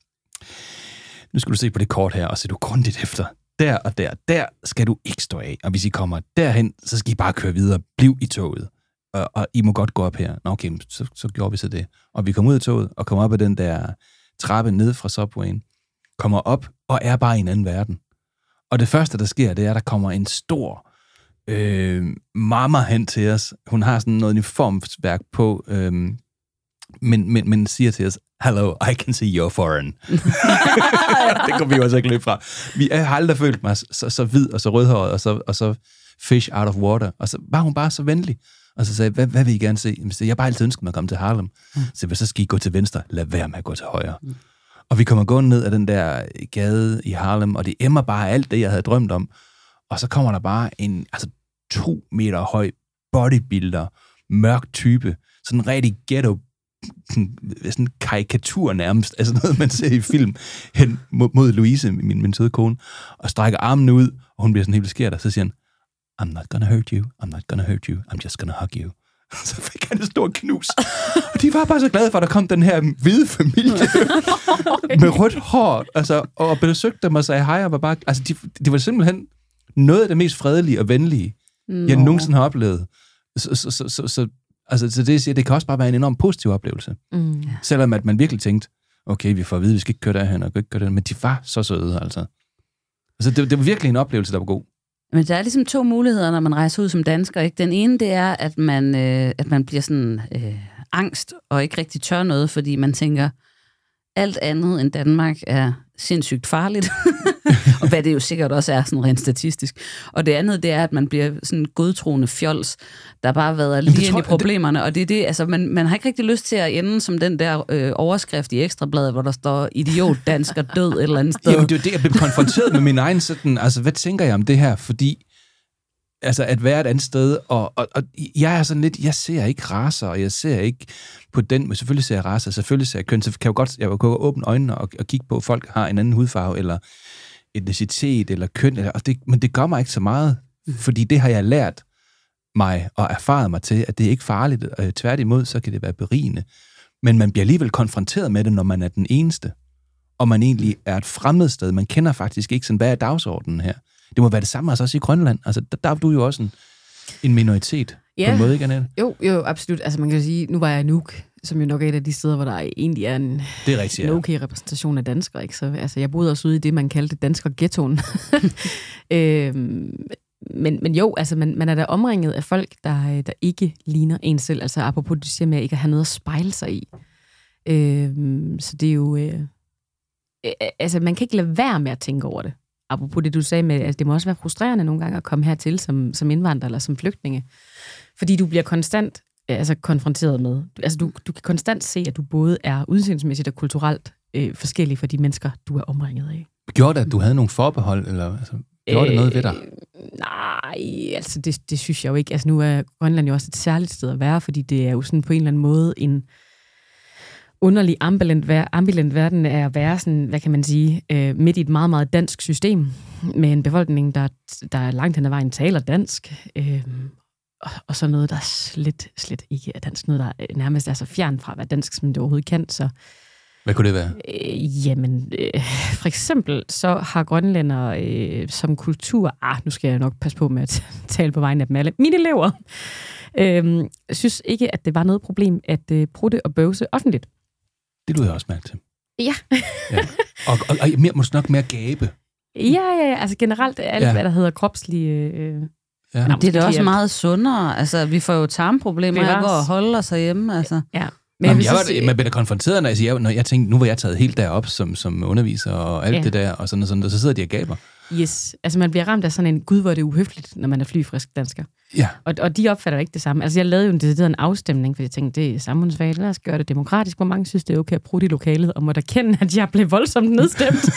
Nu skal du se på det kort her, og se du grundigt efter. Der og der, der skal du ikke stå af. Og hvis I kommer derhen, så skal I bare køre videre. Bliv i toget. Og, og I må godt gå op her. Nå, okay, så, så gjorde vi så det. Og vi kommer ud af toget, og kommer op ad den der trappe ned fra subwayen. Kommer op, og er bare i en anden verden. Og det første, der sker, det er, at der kommer en stor øh, mamma hen til os. Hun har sådan noget uniformsværk på, øh, men, men, men siger til os, hello, I can see you're foreign. Det kunne vi jo også ikke løbe fra. Vi har aldrig følt mig så, så hvid og så rødhåret, og så, og så fish out of water. Og så var hun bare så venlig. Og så sagde hvad, hvad vil I gerne se? Så jeg har bare altid ønsket mig at komme til Harlem. Mm. Så så skal I gå til venstre. Lad være med at gå til højre. Mm. Og vi kommer gående ned ad den der gade i Harlem, og det emmer bare alt det, jeg havde drømt om. Og så kommer der bare en altså, to meter høj bodybuilder, mørk type, sådan en rigtig ghetto, sådan en karikatur nærmest, altså noget, man ser i film, hen mod, mod Louise, min, min søde kone, og strækker armene ud, og hun bliver sådan helt beskæret, og så siger han, I'm not gonna hurt you, I'm not gonna hurt you, I'm just gonna hug you. Så fik han en stor knus. Og de var bare så glade for, at der kom den her hvide familie med rødt hår, altså, og besøgte dem og sagde hej, og var bare, altså, de, de var simpelthen noget af det mest fredelige og venlige, Nå. jeg nogensinde har oplevet. Så, så, så, så, så, altså, så det, det kan også bare være en enorm positiv oplevelse. Mm. Selvom at man virkelig tænkte, okay, vi får at vide, vi skal ikke køre derhen, og ikke køre derhen, men de var så søde, altså. Altså, det, det var virkelig en oplevelse, der var god. Men der er ligesom to muligheder, når man rejser ud som dansker, ikke? Den ene, det er, at man, øh, at man bliver sådan øh, angst og ikke rigtig tør noget, fordi man tænker, alt andet end Danmark er sindssygt farligt. Og hvad det jo sikkert også er, sådan rent statistisk. Og det andet, det er, at man bliver sådan godtroende fjols, der bare har været lige ind i problemerne. Og det er det, altså, man, man har ikke rigtig lyst til at ende som den der øh, overskrift i Ekstrabladet, hvor der står, idiot dansker død et eller andet sted. Jamen, det er jo det, jeg blev konfronteret med min egen sådan, altså, hvad tænker jeg om det her? Fordi, altså, at være et andet sted, og, og, og jeg er sådan lidt, jeg ser ikke racer, og jeg ser ikke på den, men selvfølgelig ser jeg racer, selvfølgelig ser jeg køn, så kan jeg jo godt, jeg kan jo åbne øjnene og, og kigge på, at folk har en anden hudfarve, eller etnicitet, eller køn, eller, og det, men det gør mig ikke så meget, fordi det har jeg lært mig, og erfaret mig til, at det er ikke farligt, og tværtimod, så kan det være berigende. Men man bliver alligevel konfronteret med det, når man er den eneste, og man egentlig er et fremmed sted. Man kender faktisk ikke sådan, hvad er dagsordenen her? Det må være det samme altså også i Grønland. Altså, der, der er du jo også en en minoritet Ja. på en måde, ikke, Annette? Jo, jo, absolut. Altså man kan jo sige, nu var jeg i Nuuk, som jo nok er et af de steder, hvor der egentlig er en, Det er rigtigt, en ja. okay repræsentation af danskere. Ikke? Så altså, jeg boede også ude i det, man kaldte dansker-ghettoen. øhm, men, men jo, altså man, man er da omringet af folk, der, der ikke ligner en selv. Altså apropos, du siger med at ikke at have noget at spejle sig i. Øhm, så det er jo... Øh, øh, altså man kan ikke lade være med at tænke over det. Apropos det, du sagde med, at det må også være frustrerende nogle gange at komme hertil som, som indvandrer eller som flygtninge. Fordi du bliver konstant altså, konfronteret med. Altså, du, du kan konstant se, at du både er udseendsmæssigt og kulturelt øh, forskellig for de mennesker, du er omringet af. Gjorde det, at du havde nogle forbehold, eller altså, gjorde øh, det noget ved dig? Nej, altså det, det synes jeg jo ikke. Altså nu er Grønland jo også et særligt sted at være, fordi det er jo sådan på en eller anden måde en underlig ambivalent, ambivalent verden af at være sådan, hvad kan man sige, øh, midt i et meget, meget dansk system, med en befolkning, der, der langt hen ad vejen taler dansk, øh, og, og så noget, der slet, slet ikke er dansk, noget, der nærmest er så fjern fra at være dansk, som det overhovedet kan. Så, hvad kunne det være? Øh, jamen, øh, for eksempel så har grønlænder øh, som kultur, ah, nu skal jeg nok passe på med at tale på vegne af dem alle, mine elever, øh, synes ikke, at det var noget problem at øh, prutte og bøvse offentligt. Det lyder jeg også mærke til. Ja. ja. Og, og, og mere, måske nok mere gabe. Ja, ja, ja. Altså generelt alt, ja. Hvad der hedder kropslige... Øh, ja. Det er da også meget sundere. Altså, vi får jo tarmproblemer af at gå og holde os herhjemme. Altså. Ja. Men Jamen, jeg, var, man bliver konfronteret, når jeg, siger, når jeg tænkte, nu var jeg taget helt derop som, som underviser og alt ja. det der, og sådan og sådan, og så sidder de og gaber. Yes. Altså, man bliver ramt af sådan en, gud, hvor er det uhøfligt, når man er flyfrisk dansker. Ja. Og, og de opfatter ikke det samme. Altså, jeg lavede jo en, det en afstemning, fordi jeg tænkte, det er samfundsfag, lad os gøre det demokratisk. Hvor mange synes, det er okay at prutte i lokalet, og må da kende, at jeg blev voldsomt nedstemt.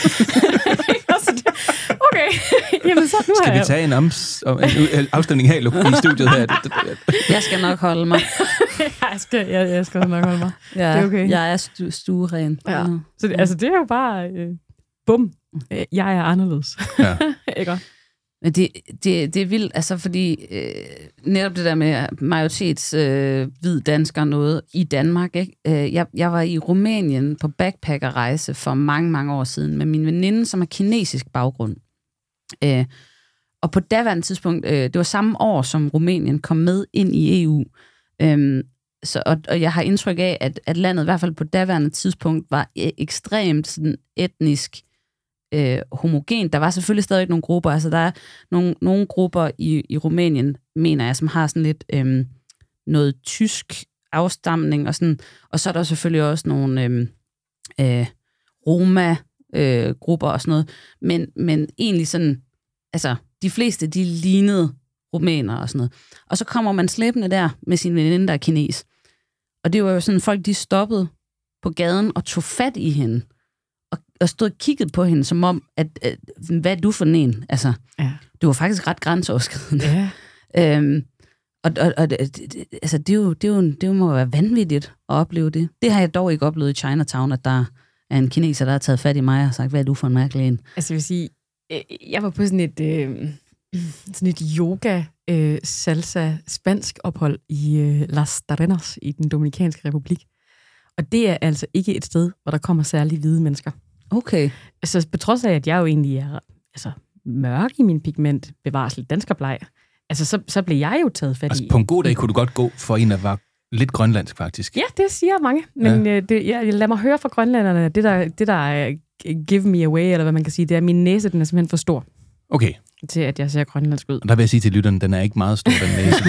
Okay, jamen så nu skal vi tage en, oms, en afstemning her i studiet her? Jeg skal nok holde mig. jeg, skal, jeg, jeg skal nok holde mig. Ja, det er okay. Jeg er stu, stueren. Ja. Så det, altså, det er jo bare, øh, bum, jeg er anderledes. Ja. Ikke? Men det, det, det er vildt, altså fordi øh, netop det der med majoritets øh, hvid dansker noget i Danmark, ikke? Øh, jeg, jeg var i Rumænien på backpackerrejse for mange, mange år siden med min veninde, som har kinesisk baggrund. Øh, og på daværende tidspunkt, øh, det var samme år, som Rumænien kom med ind i E U. Øh, så, og, og jeg har indtryk af, at, at landet i hvert fald på daværende tidspunkt var ekstremt sådan, etnisk Øh, homogen. Der var selvfølgelig stadig nogle grupper, altså der er nogle, nogle grupper i, i Rumænien, mener jeg, som har sådan lidt øh, noget tysk afstamning, og, sådan, og så er der selvfølgelig også nogle øh, øh, Roma-grupper øh, og sådan noget, men, men egentlig sådan, altså de fleste, de lignede rumænere og sådan noget. Og så kommer man slæbende der med sin veninde, der er kines. Og det var jo sådan, folk de stoppede på gaden og tog fat i hende, og stod og kiggede på hende, som om, at, at hvad er du for en? Altså, ja. Det var faktisk ret grænseoverskridende. Ja. øhm, og og, og det, altså, det, er jo, det, er jo, det må være vanvittigt at opleve det. Det har jeg dog ikke oplevet i Chinatown, at der er en kineser, der har taget fat i mig og sagt, hvad er du for en mærkelig en? Altså, jeg vil sige, jeg var på sådan et, øh, sådan et yoga, øh, salsa, spansk ophold i øh, Las Terrenas i den Dominikanske Republik. Og det er altså ikke et sted, hvor der kommer særlig hvide mennesker. Okay. Så på trods af, at jeg jo egentlig er altså, mørk i min pigment, bevares lidt danskerbleg, altså så, så blev jeg jo taget fat altså, i. På en god dag kunne du godt gå for en, der var lidt grønlandsk, faktisk. Ja, det siger mange. Men ja. det, jeg, lad mig høre fra grønlænderne, det der, det der er give me away, eller hvad man kan sige, det er, at min næse, den er simpelthen for stor. Okay. Til at jeg ser grønlandsk ud. Og der vil jeg sige til lytteren, den er ikke meget stor, den næse.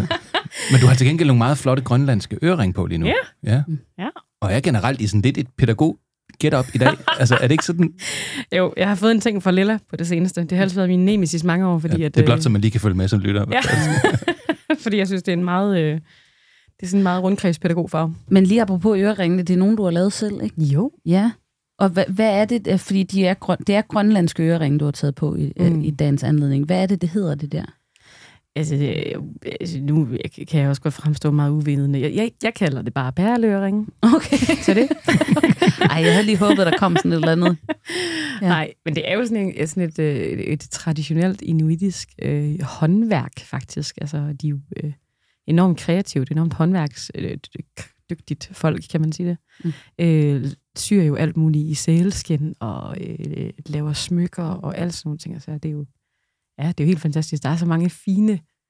Men du har til gengæld nogle meget flotte grønlandske ørering på lige nu. Ja. Ja. ja. Og jeg er generelt i sådan lidt et pædagog get up i dag. Altså, er det ikke sådan? Jo, jeg har fået en ting fra Lilla på det seneste. Det har altid været min nemesis mange år, fordi ja, at... det er blot, så man lige kan følge med som lytter. Ja. Fordi jeg synes, det er en meget... Øh, det er sådan en meget rundkredspædagogfarve. Men lige apropos øreringene, det er nogen, du har lavet selv, ikke? Jo. Ja. Og hvad, hvad er det, fordi de er grøn, det er grønlandske øreringe, du har taget på i, mm. i dagens anledning. Hvad er det, det hedder, det der? Altså, det, altså, nu kan jeg også godt fremstå meget uvidende. Jeg, jeg, jeg kalder det bare perleøring. Okay. Så det? Okay. Ej, jeg havde lige håbet, der kom sådan et eller andet. Ja. Nej, men det er jo sådan, en, sådan et, et, et traditionelt inuitisk øh, håndværk, faktisk. Altså, de er jo øh, enormt kreativt, enormt håndværksdygtigt øh, folk, kan man sige det. Mm. Øh, syr jo alt muligt i sælskin, og øh, laver smykker og alt sådan nogle ting. Altså, det er jo Ja, det er jo helt fantastisk. Der er så mange fine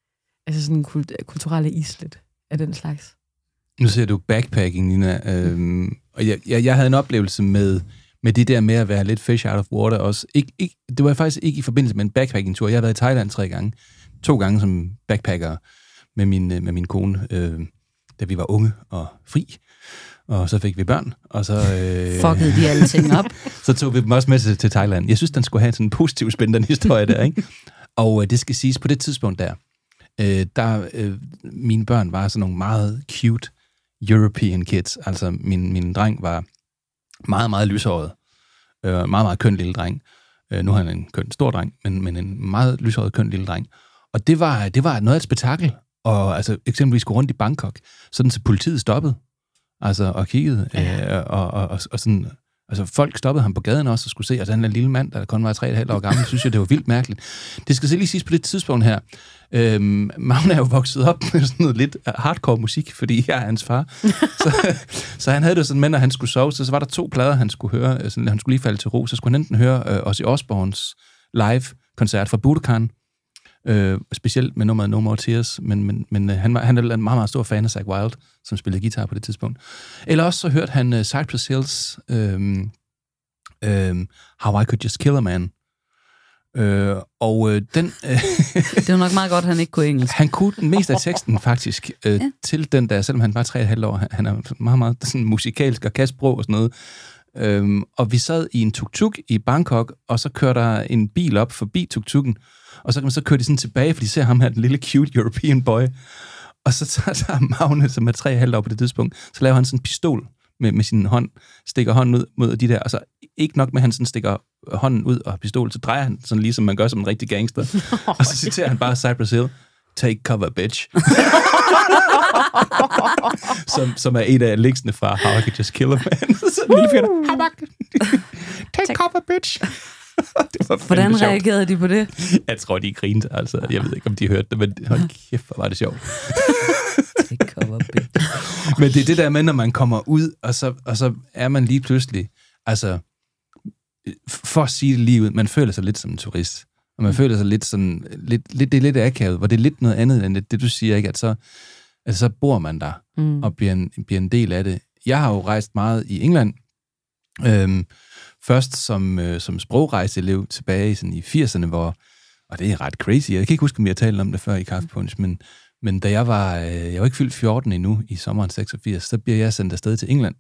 Altså sådan kult- kulturelle islet af den slags. Nu ser du backpacking, Nina. Øhm, og jeg, jeg, jeg havde en oplevelse med, med det der med at være lidt fish out of water også. Ik, ikke, det var faktisk ikke i forbindelse med en backpacking-tur. Jeg har været i Thailand tre gange. To gange som backpacker med min, med min kone, øh, da vi var unge og fri. Og så fik vi børn, og så... Øh, Fuckede de alle ting op. Så tog vi dem også med til, til Thailand. Jeg synes, den skulle have sådan en positiv, spændende historie der, ikke? Og øh, det skal siges, på det tidspunkt der, øh, der øh, mine børn var sådan nogle meget cute European kids. Altså, min, min dreng var meget, meget lyshåret. Øh, meget, meget køn lille dreng. Øh, nu er han en køn stor dreng, men, men en meget lyshåret køn lille dreng. Og det var, det var noget af et spektakel. Og altså, eksempelvis gå rundt i Bangkok, sådan så politiet stoppede. Altså, og kiggede, ja. øh, og, og, og, og sådan, altså, folk stoppede ham på gaden også, og skulle se, at altså, den lille mand, der kun var tre og et halvt år gammel, synes jeg, det var vildt mærkeligt. Det skal så lige siges på det tidspunkt her. Øhm, Magne er jo vokset op med sådan noget lidt hardcore musik, fordi jeg er hans far. så, så han havde det sådan med, når han skulle sove, så, så var der to plader, han skulle høre, sådan, han skulle lige falde til ro, så skulle han enten høre øh, Ozzy Osbournes live-koncert fra Budokan, Øh, specielt med nummeret No More Tears, men, men, men øh, han, var, han er en meget, meget stor fan af Zakk Wylde, som spillede guitar på det tidspunkt. Eller også så hørte han uh, Cypress Hills øh, øh, How I Could Just Kill a Man. Øh, og øh, den... Øh, det var nok meget godt, at han ikke kunne engelsk. Han kunne den meste af teksten faktisk øh, ja. til den der, selvom han var tre og et halvt år. Han, han er meget, meget sådan musikalsk og kan sprog og sådan noget. Øh, og vi sad i en tuk-tuk i Bangkok, og så kørte der en bil op forbi tuk-tukken, og så kan man så køre de sådan tilbage, for de ser ham her, den lille cute European boy. Og så tager Magne, som er tre og et halvt år på det tidspunkt, så laver han sådan en pistol med, med sin hånd, stikker hånden ud mod de der, og så ikke nok med, at han sådan stikker hånden ud og pistol, så drejer han sådan lige, som man gør som en rigtig gangster. Oh, og så citerer han bare Cypress Hill, take cover, bitch. som, som er en af linksene fra How I Could Just Kill a Man. Så en lille fyr, take cover, bitch. Hvordan reagerede de på det? Jeg tror, de grinte, altså. Jeg ved ikke, om de hørte det, men hold kæft, hvor var det sjovt. Men det er det der med, når man kommer ud, og så, og så er man lige pludselig, altså, for at sige det lige ud, man føler sig lidt som en turist. Og man mm. føler sig lidt sådan, lidt, lidt, det er lidt akavet, hvor det er lidt noget andet end det, det du siger, ikke? At så, altså, så bor man der, mm. og bliver en, bliver en del af det. Jeg har jo rejst meget i England, øhm, først som, øh, som sprogrejseelev tilbage i, sådan i firserne, hvor, og det er ret crazy, jeg kan ikke huske, om jeg har talt om det før i Kaffepunch, men, men da jeg var, øh, jeg var ikke fyldt fjorten endnu i sommeren seksogfirs, så bliver jeg sendt afsted til England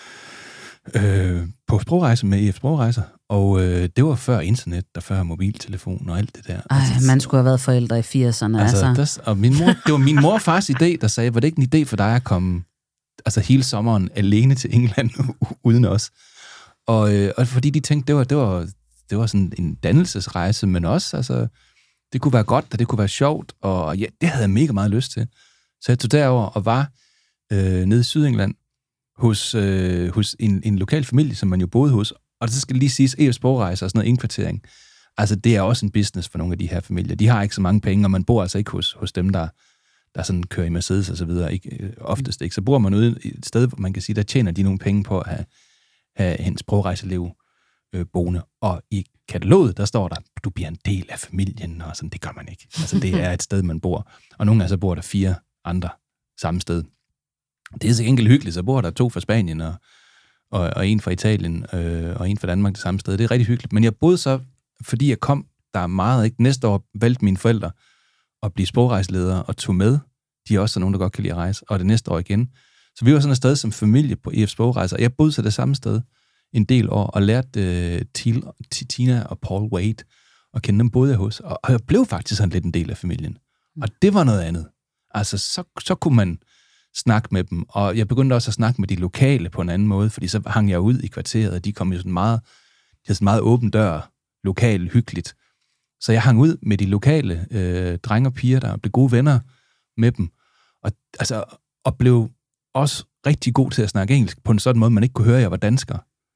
øh, på sprogrejse med E F Sprogrejser, og øh, det var før internet, der før mobiltelefon og alt det der. Ej, altså, man skulle have været forældre i firserne, altså. altså. Der, og min mor, det var min mor og fars idé, der sagde, var det ikke en idé for dig at komme altså hele sommeren alene til England uden os? Og, øh, og fordi de tænkte, det var, det var, det var sådan en dannelsesrejse, men også, altså, det kunne være godt, og det kunne være sjovt, og ja, det havde jeg mega meget lyst til. Så jeg tog derover og var øh, nede i Sydengland hos, øh, hos en, en lokal familie, som man jo boede hos, og det skal lige siges, E F Sprogrejser og sådan noget indkvartering. Altså, det er også en business for nogle af de her familier. De har ikke så mange penge, og man bor altså ikke hos, hos dem, der, der sådan kører i Mercedes og så videre. Ikke, oftest ikke. Så bor man ude i et sted, hvor man kan sige, der tjener de nogle penge på at have have hendes sprogrejselev øh, boende. Og i kataloget, der står der, du bliver en del af familien, og sådan, det gør man ikke. Altså, det er et sted, man bor. Og nogle gange så bor der fire andre samme sted. Det er så enkelt hyggeligt, så bor der to fra Spanien, og, og, og en fra Italien, øh, og en fra Danmark det samme sted. Det er rigtig hyggeligt. Men jeg boede så, fordi jeg kom, der er meget, ikke? Næste år valgte mine forældre at blive sprogrejseledere, og tog med. De er også nogen, der godt kan lide at rejse. Og det næste år igen. Så vi var sådan et sted som familie på E F Sprogrejser. Jeg boede så det samme sted en del år, og lærte uh, Tina og Paul Wade at kende dem boede jeg hos. Og, og jeg blev faktisk sådan lidt en del af familien. Og det var noget andet. Altså, så, så kunne man snakke med dem. Og jeg begyndte også at snakke med de lokale på en anden måde, fordi så hang jeg ud i kvarteret, og de kom jo sådan meget, de havde sådan meget åben dør, lokalt, hyggeligt. Så jeg hang ud med de lokale øh, drenge og piger, der blev gode venner med dem. Og, altså, og blev også rigtig god til at snakke engelsk, på en sådan måde, man ikke kunne høre, at jeg var dansker.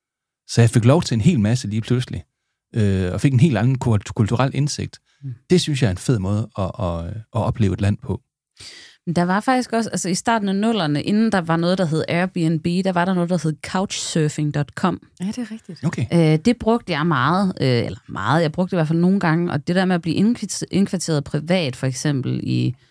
Så jeg fik lov til en hel masse lige pludselig, øh, og fik en helt anden kulturel indsigt. Mm. Det synes jeg er en fed måde at, at, at opleve et land på. Der var faktisk også, altså i starten af nullerne, inden der var noget, der hed Airbnb, der var der noget, der hed couchsurfing punktum com. Ja, det er rigtigt. Okay. Øh, det brugte jeg meget, øh, eller meget, jeg brugte det i hvert fald nogle gange, og det der med at blive indkvarteret privat, for eksempel i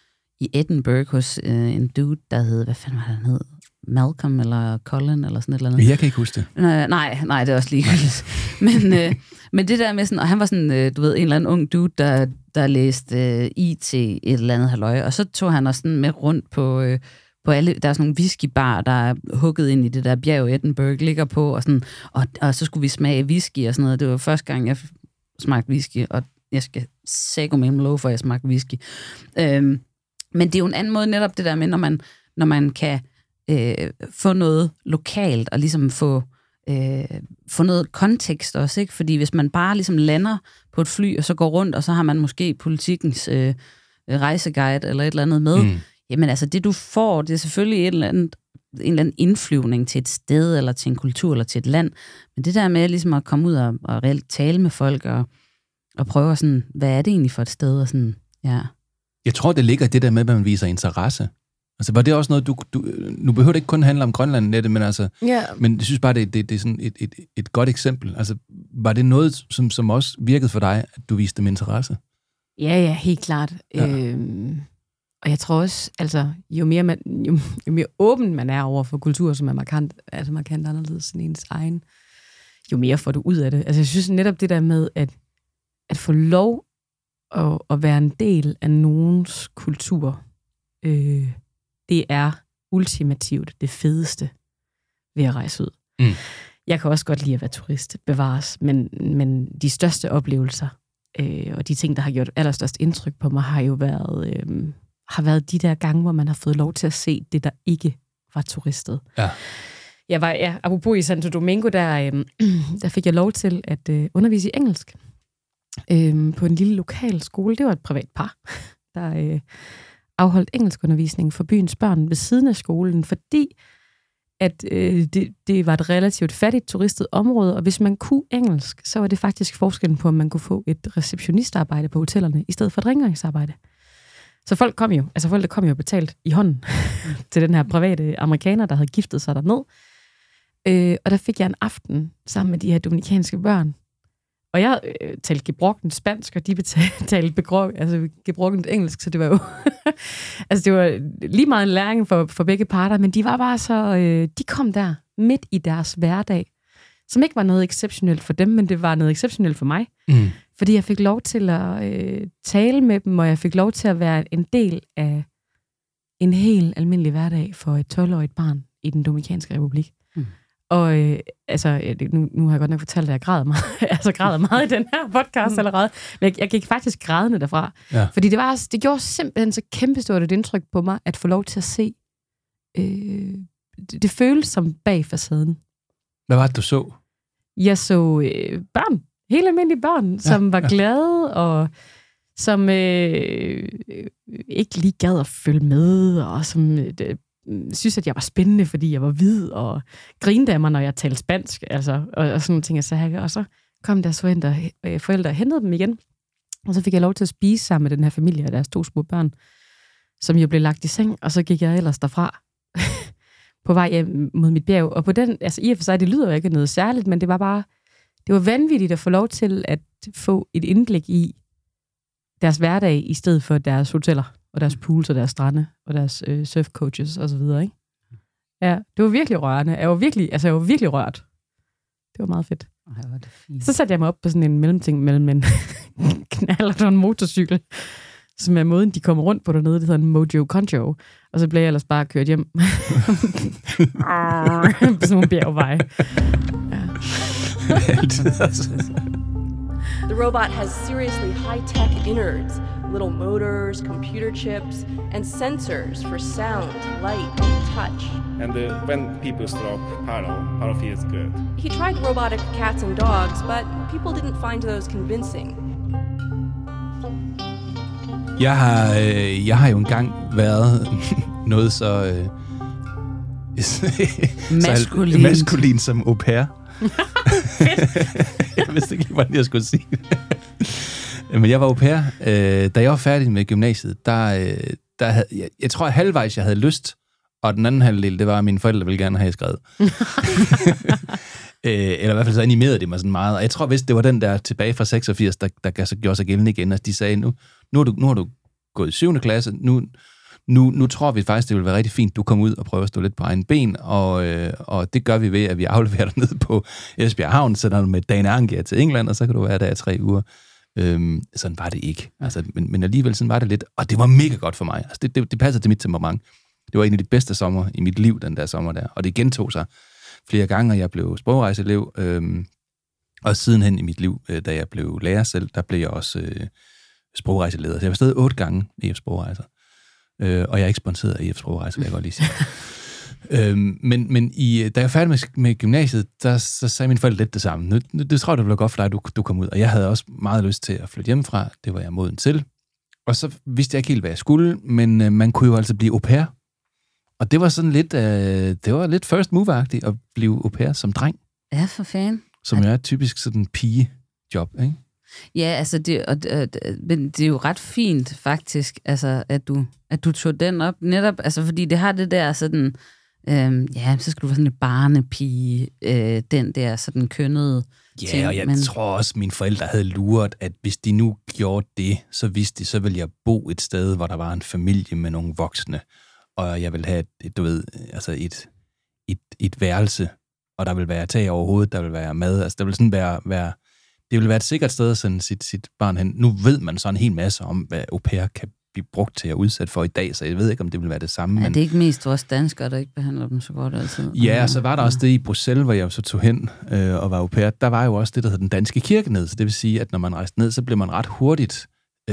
i Edinburgh hos øh, en dude, der hed, hvad fanden var han hed? Malcolm eller Colin eller sådan et eller andet. Jeg kan ikke huske det. Nej, nej, nej det er også ligegyldigt. men, øh, men det der med sådan, og han var sådan, øh, du ved, en eller anden ung dude, der, der læste øh, I T et eller andet halløj, og så tog han også sådan med rundt på, øh, på alle, der er sådan nogle whiskybar, der er hugget ind i det der bjerg, Edinburgh ligger på, og, sådan, og, og så skulle vi smage whisky og sådan noget. Det var første gang, jeg smagte whisky, og jeg skal sække med lov for, at jeg smagte whisky. Øhm, men det er jo en anden måde netop det der med, når man, når man kan øh, få noget lokalt, og ligesom få, øh, få noget kontekst også, ikke? Fordi hvis man bare ligesom lander på et fly, og så går rundt, og så har man måske politikens øh, rejseguide eller et eller andet med, mm. jamen altså det du får, det er selvfølgelig et eller andet, en eller anden indflyvning til et sted, eller til en kultur, eller til et land. Men det der med ligesom at komme ud og, og reelt tale med folk, og, og prøve sådan, hvad er det egentlig for et sted, og sådan, ja. Jeg tror, det ligger i det der med, at man viser interesse. Altså, var det også noget, du... du nu behøver det ikke kun handle om Grønland, Nette, men altså... Ja. Men jeg synes bare, det, det, det er sådan et, et, et godt eksempel. Altså, var det noget, som, som også virkede for dig, at du viste dem interesse? Ja, ja, helt klart. Ja. Øhm, og jeg tror også, altså, jo mere, man, jo, jo mere åben man er over for kultur, som er markant, altså markant anderledes end ens egen, jo mere får du ud af det. Altså, jeg synes netop det der med, at, at få lov at, at være en del af nogens kultur, øh, det er ultimativt det fedeste ved at rejse ud. Mm. Jeg kan også godt lide at være turist, bevares, men, men de største oplevelser, øh, og de ting, der har gjort allerstørst indtryk på mig, har jo været, øh, har været de der gange, hvor man har fået lov til at se det, der ikke var turistet. Ja. Jeg var, ja, apropos i Santo Domingo, der, øh, der fik jeg lov til at øh, undervise i engelsk øh, på en lille lokal skole. Det var et privat par, der øh, afholdt engelskundervisning for byens børn ved siden af skolen, fordi at øh, det, det var et relativt fattigt turistet område, og hvis man kunne engelsk, så var det faktisk forskellen på, om man kunne få et receptionistarbejde på hotellerne, i stedet for et rengøringsarbejde. Så folk kom jo, altså folk der kom jo betalt i hånden til den her private amerikaner, der havde giftet sig derned. Øh, og der fik jeg en aften sammen med de her dominikanske børn. Og jeg øh, talte gebrokkent spansk, og de talte begrok, altså gebrokkent engelsk, så det var jo altså det var lige meget en læring for, for begge parter, men de var bare så, øh, de kom der midt i deres hverdag, som ikke var noget exceptionelt for dem, men det var noget exceptionelt for mig. Mm. Fordi jeg fik lov til at øh, tale med dem, og jeg fik lov til at være en del af en helt almindelig hverdag for et tolv-årigt barn i den Dominikanske Republik. Mm. Og øh, altså, nu, nu har jeg godt nok fortalt, at jeg græder meget, altså græder meget i den her podcast mm. allerede, men jeg, jeg gik faktisk grædende derfra. Ja. Fordi det, var, det gjorde simpelthen så kæmpestort et indtryk på mig, at få lov til at se, øh, det, det føles som bag facaden. Hvad var det, du så? Jeg så øh, børn, helt almindelige børn, som ja, var ja. glade, og som øh, ikke lige gad at følge med, og som øh, synes, at jeg var spændende, fordi jeg var hvid, og grinede af mig, når jeg talte spansk, altså, og, og sådan nogle ting. Så, og så kom deres forældre, øh, forældre og hentede dem igen, og så fik jeg lov til at spise sammen med den her familie og deres to små børn, som jo blev lagt i seng, og så gik jeg ellers derfra på vej hjem mod mit bjerg. Og på den, altså i og for sig, det lyder jo ikke noget særligt, men det var bare, det var vanvittigt at få lov til at få et indblik i deres hverdag, i stedet for deres hoteller, og deres pools, og deres strande, og deres øh, surfcoaches, og så videre, ikke? Ja, det var virkelig rørende. Jeg var virkelig, altså jeg var virkelig rørt. Det var meget fedt. Ej, var det fint. Så satte jeg mig op på sådan en mellemting mellem en knallert og en motorcykel, som er måden, de kommer rundt på dernede. Det hedder en Mojo Conjo. Og så blev jeg ellers bare kørt hjem. på sådan nogle bjergveje. Ja. The robot has seriously high-tech innards, little motors, computer chips, and sensors for sound, light, and touch. And uh, when people stop paddle, paddle feels good. He tried robotic cats and dogs, but people didn't find those convincing. Jeg har, øh, jeg har jo engang været noget så, øh, maskulin. så maskulin som au pair. Jeg vidste ikke lige, hvordan jeg skulle sige det. Men jeg var au pair. Øh, da jeg var færdig med gymnasiet, der, øh, der havde, jeg, jeg tror, at halvvejs jeg havde lyst, og den anden halvdel, det var, at mine forældre ville gerne have skrevet. øh, eller i hvert fald så animerede det mig sådan meget. Og jeg tror vist, det var den der tilbage fra seksogfirs, der, der gjorde sig gældende igen. Altså, de sagde, nu, nu, har du, nu har du gået i syvende klasse, nu, Nu, nu tror vi faktisk, det vil være rigtig fint, du kommer ud og prøver at stå lidt på egen ben, og, øh, og det gør vi ved, at vi afleverer dig ned på Esbjerg Havn, sender du med Dane Angia til England, og så kan du være der i tre uger. Øhm, sådan var det ikke. Altså, men, men alligevel sådan var det lidt, og det var mega godt for mig. Altså, det, det, det passer til mit temperament. Det var en af de bedste sommer i mit liv, den der sommer der, og det gentog sig flere gange, og jeg blev sprogrejseelev, øhm, og sidenhen i mit liv, øh, da jeg blev lærer selv, der blev jeg også øh, sprogrejseleder. Så jeg var stadig otte gange E F Sprogrejser. Øh, og jeg er ikke sponsoreret af E F Sprogrejser, vil jeg godt lige sige. øhm, men men i, da jeg var færdig med, med gymnasiet, der så sagde mine forældre lidt det samme. Nu, nu, det tror jeg, det blev godt for dig, du, du kom ud. Og jeg havde også meget lyst til at flytte hjemmefra. Det var jeg moden til. Og så vidste jeg ikke helt, hvad jeg skulle, men øh, man kunne jo altså blive au pair. Og det var sådan lidt, øh, det var lidt first move-agtigt at blive au pair som dreng. Ja, for fanden. Som jo er typisk sådan en pigejob, ikke? Ja, altså, det, og, men det er jo ret fint, faktisk, altså, at du, at du tog den op, netop, altså, fordi det har det der sådan, øhm, ja, så skal du være sådan en barnepige, øh, den der sådan kønnede ja, ting. Og jeg men... tror også, at mine forældre havde luret, at hvis de nu gjorde det, så vidste de, så ville jeg bo et sted, hvor der var en familie med nogle voksne, og jeg ville have, et, et, du ved, altså et, et, et værelse, og der vil være tag over hovedet, der vil være mad, altså der vil sådan være, være det vil være et sikkert sted at sende sit, sit barn hen. Nu ved man så en hel masse om, hvad au pair kan blive brugt til at udsætte for i dag, så jeg ved ikke, om det vil være det samme. Ja, men... det er ikke mest vores danskere, der ikke behandler dem så godt altid. Ja, og så var der også det i Bruxelles, hvor jeg så tog hen øh, og var au pair. Der var jo også det, der hedder den danske kirke ned. Så det vil sige, at når man rejste ned, så blev man ret hurtigt,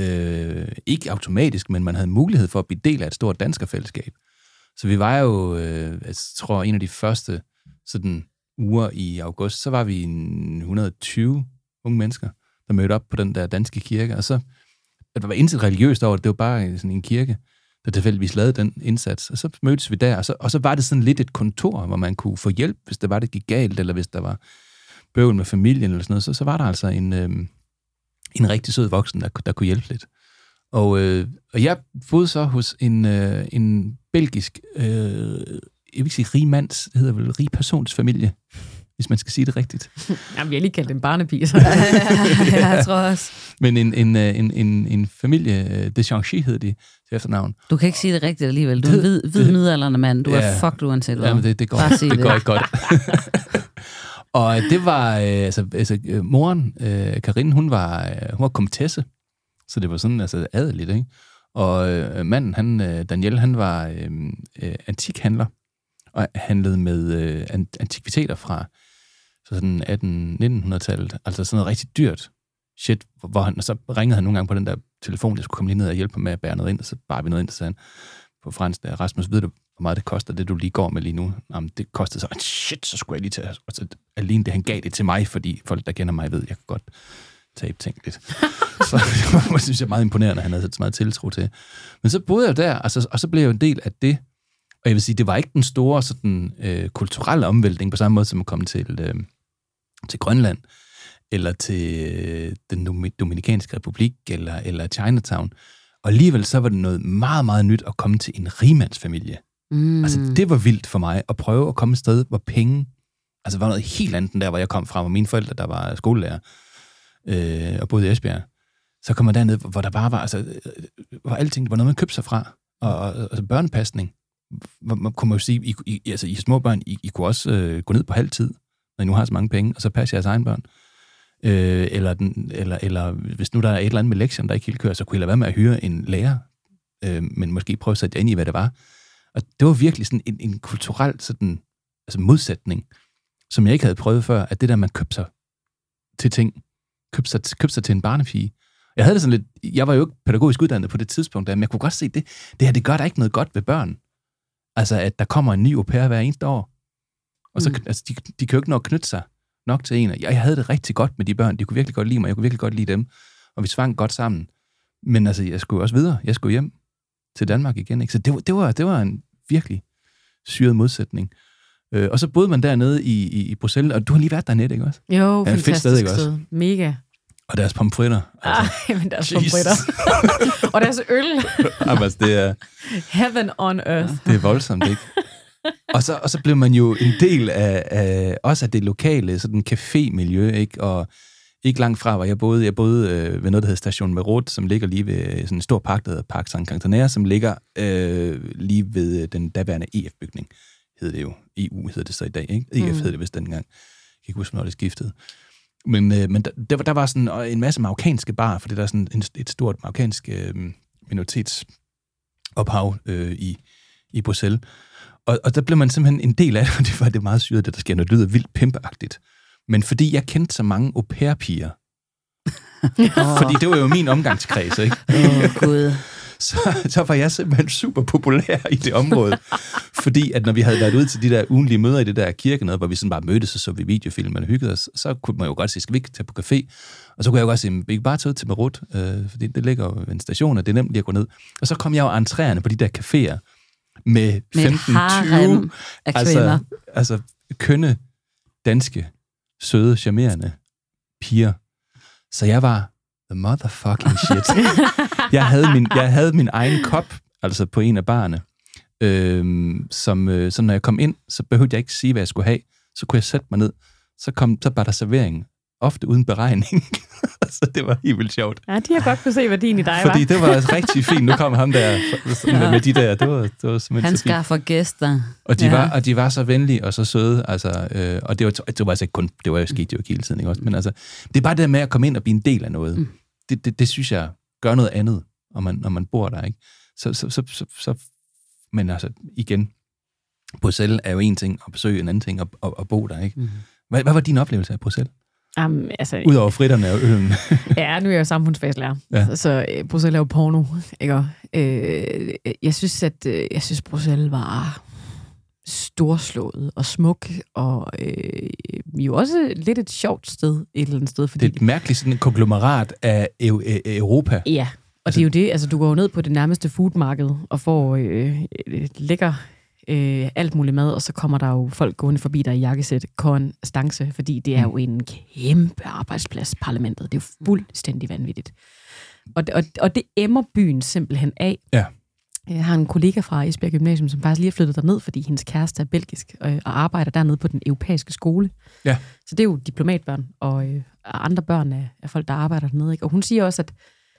øh, ikke automatisk, men man havde mulighed for at blive del af et stort danskerfællesskab. Så vi var jo, øh, jeg tror, en af de første sådan, uger i august, så var vi et hundrede og tyve unge mennesker, der mødte op på den der danske kirke, og så, at der var intet religiøst over det, det var bare sådan en kirke, der tilfældigvis lavede den indsats, og så mødtes vi der, og så, og så var det sådan lidt et kontor, hvor man kunne få hjælp, hvis det var, det gik galt, eller hvis der var bøvl med familien, eller sådan noget, så, så var der altså en, øh, en rigtig sød voksen, der, der kunne hjælpe lidt. Og, øh, og jeg boede så hos en, øh, en belgisk, øh, jeg vil ikke sige rigmands, det hedder vel rigpersonsfamilie, hvis man skal sige det rigtigt. Jamen, vi har lige kaldt en barnepige, så. Ja, jeg tror også. Men en, en, en, en, en familie, Deschanchi hed de til efternavn. Du kan ikke sige det rigtigt alligevel. Du er en hvid, hvid midaldrende mand. Du ja, er fucked uanset hvad. Jamen, det, det går, det, det går ikke godt. Og det var, altså, altså moren, Karin, hun var, hun var komtesse, så det var sådan, altså adeligt, ikke? Og øh, manden, han, Daniel, han var øh, antikhandler, og handlede med øh, antikviteter fra så sådan atten-nittenhundredetallet, altså sådan noget rigtig dyrt shit, hvor han, og så ringede han nogle gange på den der telefon, jeg skulle komme lige ned og hjælpe ham med at bære noget ind, og så bar vi noget ind, og så sagde han på fransk, der, Rasmus, ved du, hvor meget det koster, det du lige går med lige nu? Jamen, det kostede så, shit, så skulle jeg lige tage, og så alene det, han gav det til mig, fordi folk, der kender mig, ved, jeg kan godt tabe ting lidt. Så det synes jeg er meget imponerende, han havde så meget tiltro til. Men så boede jeg der, altså, og så blev jeg jo en del af det. Og jeg vil sige, det var ikke den store sådan, øh, kulturelle omvæltning på samme måde, som at komme til, øh, til Grønland, eller til øh, den Dominikanske Republik, eller, eller Chinatown. Og alligevel så var det noget meget, meget nyt at komme til en rigmandsfamilie. Mm. Altså, det var vildt for mig at prøve at komme et sted, hvor penge, altså var noget helt andet end der, hvor jeg kom fra, hvor mine forældre, der var skolelærer, øh, og boede i Esbjerg. Så kom man derned, hvor der bare var, altså, hvor alting, var noget, man købte sig fra, og, og altså børnepasning. Man kunne man jo sige, I, I, altså I små børn, I, I kunne også øh, gå ned på halv tid, når I nu har så mange penge, og så passe jeres egen børn. Øh, eller, den, eller, eller hvis nu der er et eller andet med lektion, der ikke helt kører, så kunne I lade være med at hyre en lærer, øh, men måske prøve at sætte ind i, hvad det var. Og det var virkelig sådan en, en kulturel sådan, altså modsætning, som jeg ikke havde prøvet før, at det der, man købte sig til ting, købte sig, købte sig til en barnepige. Jeg havde det sådan lidt, jeg var jo ikke pædagogisk uddannet på det tidspunkt, men jeg kunne godt se, det, det her, det gør der ikke noget godt ved børn. Altså, at der kommer en ny au pair hver eneste år. Og så, mm. altså, de, de kan jo ikke nok knytte sig nok til en. Jeg, jeg havde det rigtig godt med de børn. De kunne virkelig godt lide mig. Jeg kunne virkelig godt lide dem. Og vi svang godt sammen. Men altså, jeg skulle også videre. Jeg skulle hjem til Danmark igen. Ikke? Så det, det, var, det var en virkelig syret modsætning. Øh, og så boede man dernede i, i, i Bruxelles. Og du har lige været dernede, ikke også? Jo, ja, fantastisk sted, ikke også? sted. Mega. Og deres pomfritter. Altså. Ej, men deres pomfritter. Og deres øl. Jamen, det er... Heaven on earth. Det er voldsomt, ikke? Og så, og så blev man jo en del af, af også af det lokale sådan café-miljø, ikke? Og ikke langt fra, hvor jeg boede. Jeg boede øh, ved noget, der hedder Station Merot, som ligger lige ved sådan en stor park, der hedder Parc Saint-Cantonaire, som ligger øh, lige ved den daværende E F-bygning, hedder det jo. E U hedder det så i dag, ikke? E F mm. hed det vist dengang. Jeg kan ikke huske, når det skiftede. Men, øh, men der, der var sådan en masse marokkanske barer, fordi der er sådan en, et stort marokkansk øh, minoritetsophav øh, i, i Bruxelles. Og, og der blev man simpelthen en del af det, og det var det meget syret, det der sker, når det lyder vildt pimpagtigt. Men fordi jeg kendte så mange au pair-piger, oh. fordi det var jo min omgangskreds, ikke? Åh, oh, Gud. Så, så var jeg simpelthen super populær i det område. Fordi at når vi havde været ude til de der ugenlige møder i det der kirke, noget, hvor vi sådan bare mødtes, og så vi videofilm og hyggede os, så kunne man jo godt sige, skal vi ikke tage på café? Og så kunne jeg jo godt sige, vi kan bare tage ud til Merot, øh, fordi det ligger jo ved en station, og det er nemt lige at gå ned. Og så kom jeg jo entrerende på de der caféer med femten tyve altså, altså kønne, danske, søde, charmerende piger. Så jeg var the motherfucking shit. jeg, havde min, jeg havde min egen kop, altså på en af barne, øhm, som øh, så når jeg kom ind, så behøvede jeg ikke sige, hvad jeg skulle have. Så kunne jeg sætte mig ned. Så, kom, så var der servering, ofte uden beregning. Så det var helt vildt sjovt. Ja, de har godt kunne se værdien i dig, Fordi var. det var rigtig fint. Nu kom ham der med, med de der. Det var, det var simpelthen Han så fint. skal få gæster. Og de, ja. var, og de var så venlige og så søde. Altså, øh, og det var, det var altså ikke kun, det var jo sket jo ikke hele tiden, ikke også? Men altså, det er bare det med at komme ind og blive en del af noget. Mm. Det, det, det synes jeg gør noget andet, når man, når man bor der, ikke? Så, så, så, så, så men altså, igen, Bruxelles er jo en ting, og besøge en anden ting, og, og, og bo der, ikke? Mm. Hvad, hvad var din oplevelse af Bruxelles? Um, altså, Udover fritterne og øllen. Ja, nu er jeg jo samfundsfagslærer, ja. så, så uh, Bruxelles er jo porno, ikke? Uh, jeg synes, at uh, jeg synes, Bruxelles var storslået og smuk, og uh, jo også lidt et sjovt sted, et eller andet sted. Fordi det er et mærkeligt sådan et konglomerat af e- e- Europa. Ja, og altså, det er jo det, altså du går jo ned på det nærmeste foodmarked og får øh, lækker øh, alt muligt mad, og så kommer der jo folk gående forbi dig i jakkesæt, korn, stance, fordi det er jo en kæmpe arbejdsplads, parlamentet. Det er jo fuldstændig vanvittigt. Og, og, og det emmer byen simpelthen af. Ja. Jeg har en kollega fra Esbjerg Gymnasium, som faktisk lige er flyttet derned, fordi hendes kæreste er belgisk, og, og arbejder dernede på den europæiske skole. Ja. Så det er jo diplomatbørn, og, øh, og andre børn af, af folk, der arbejder dernede. Ikke? Og hun siger også, at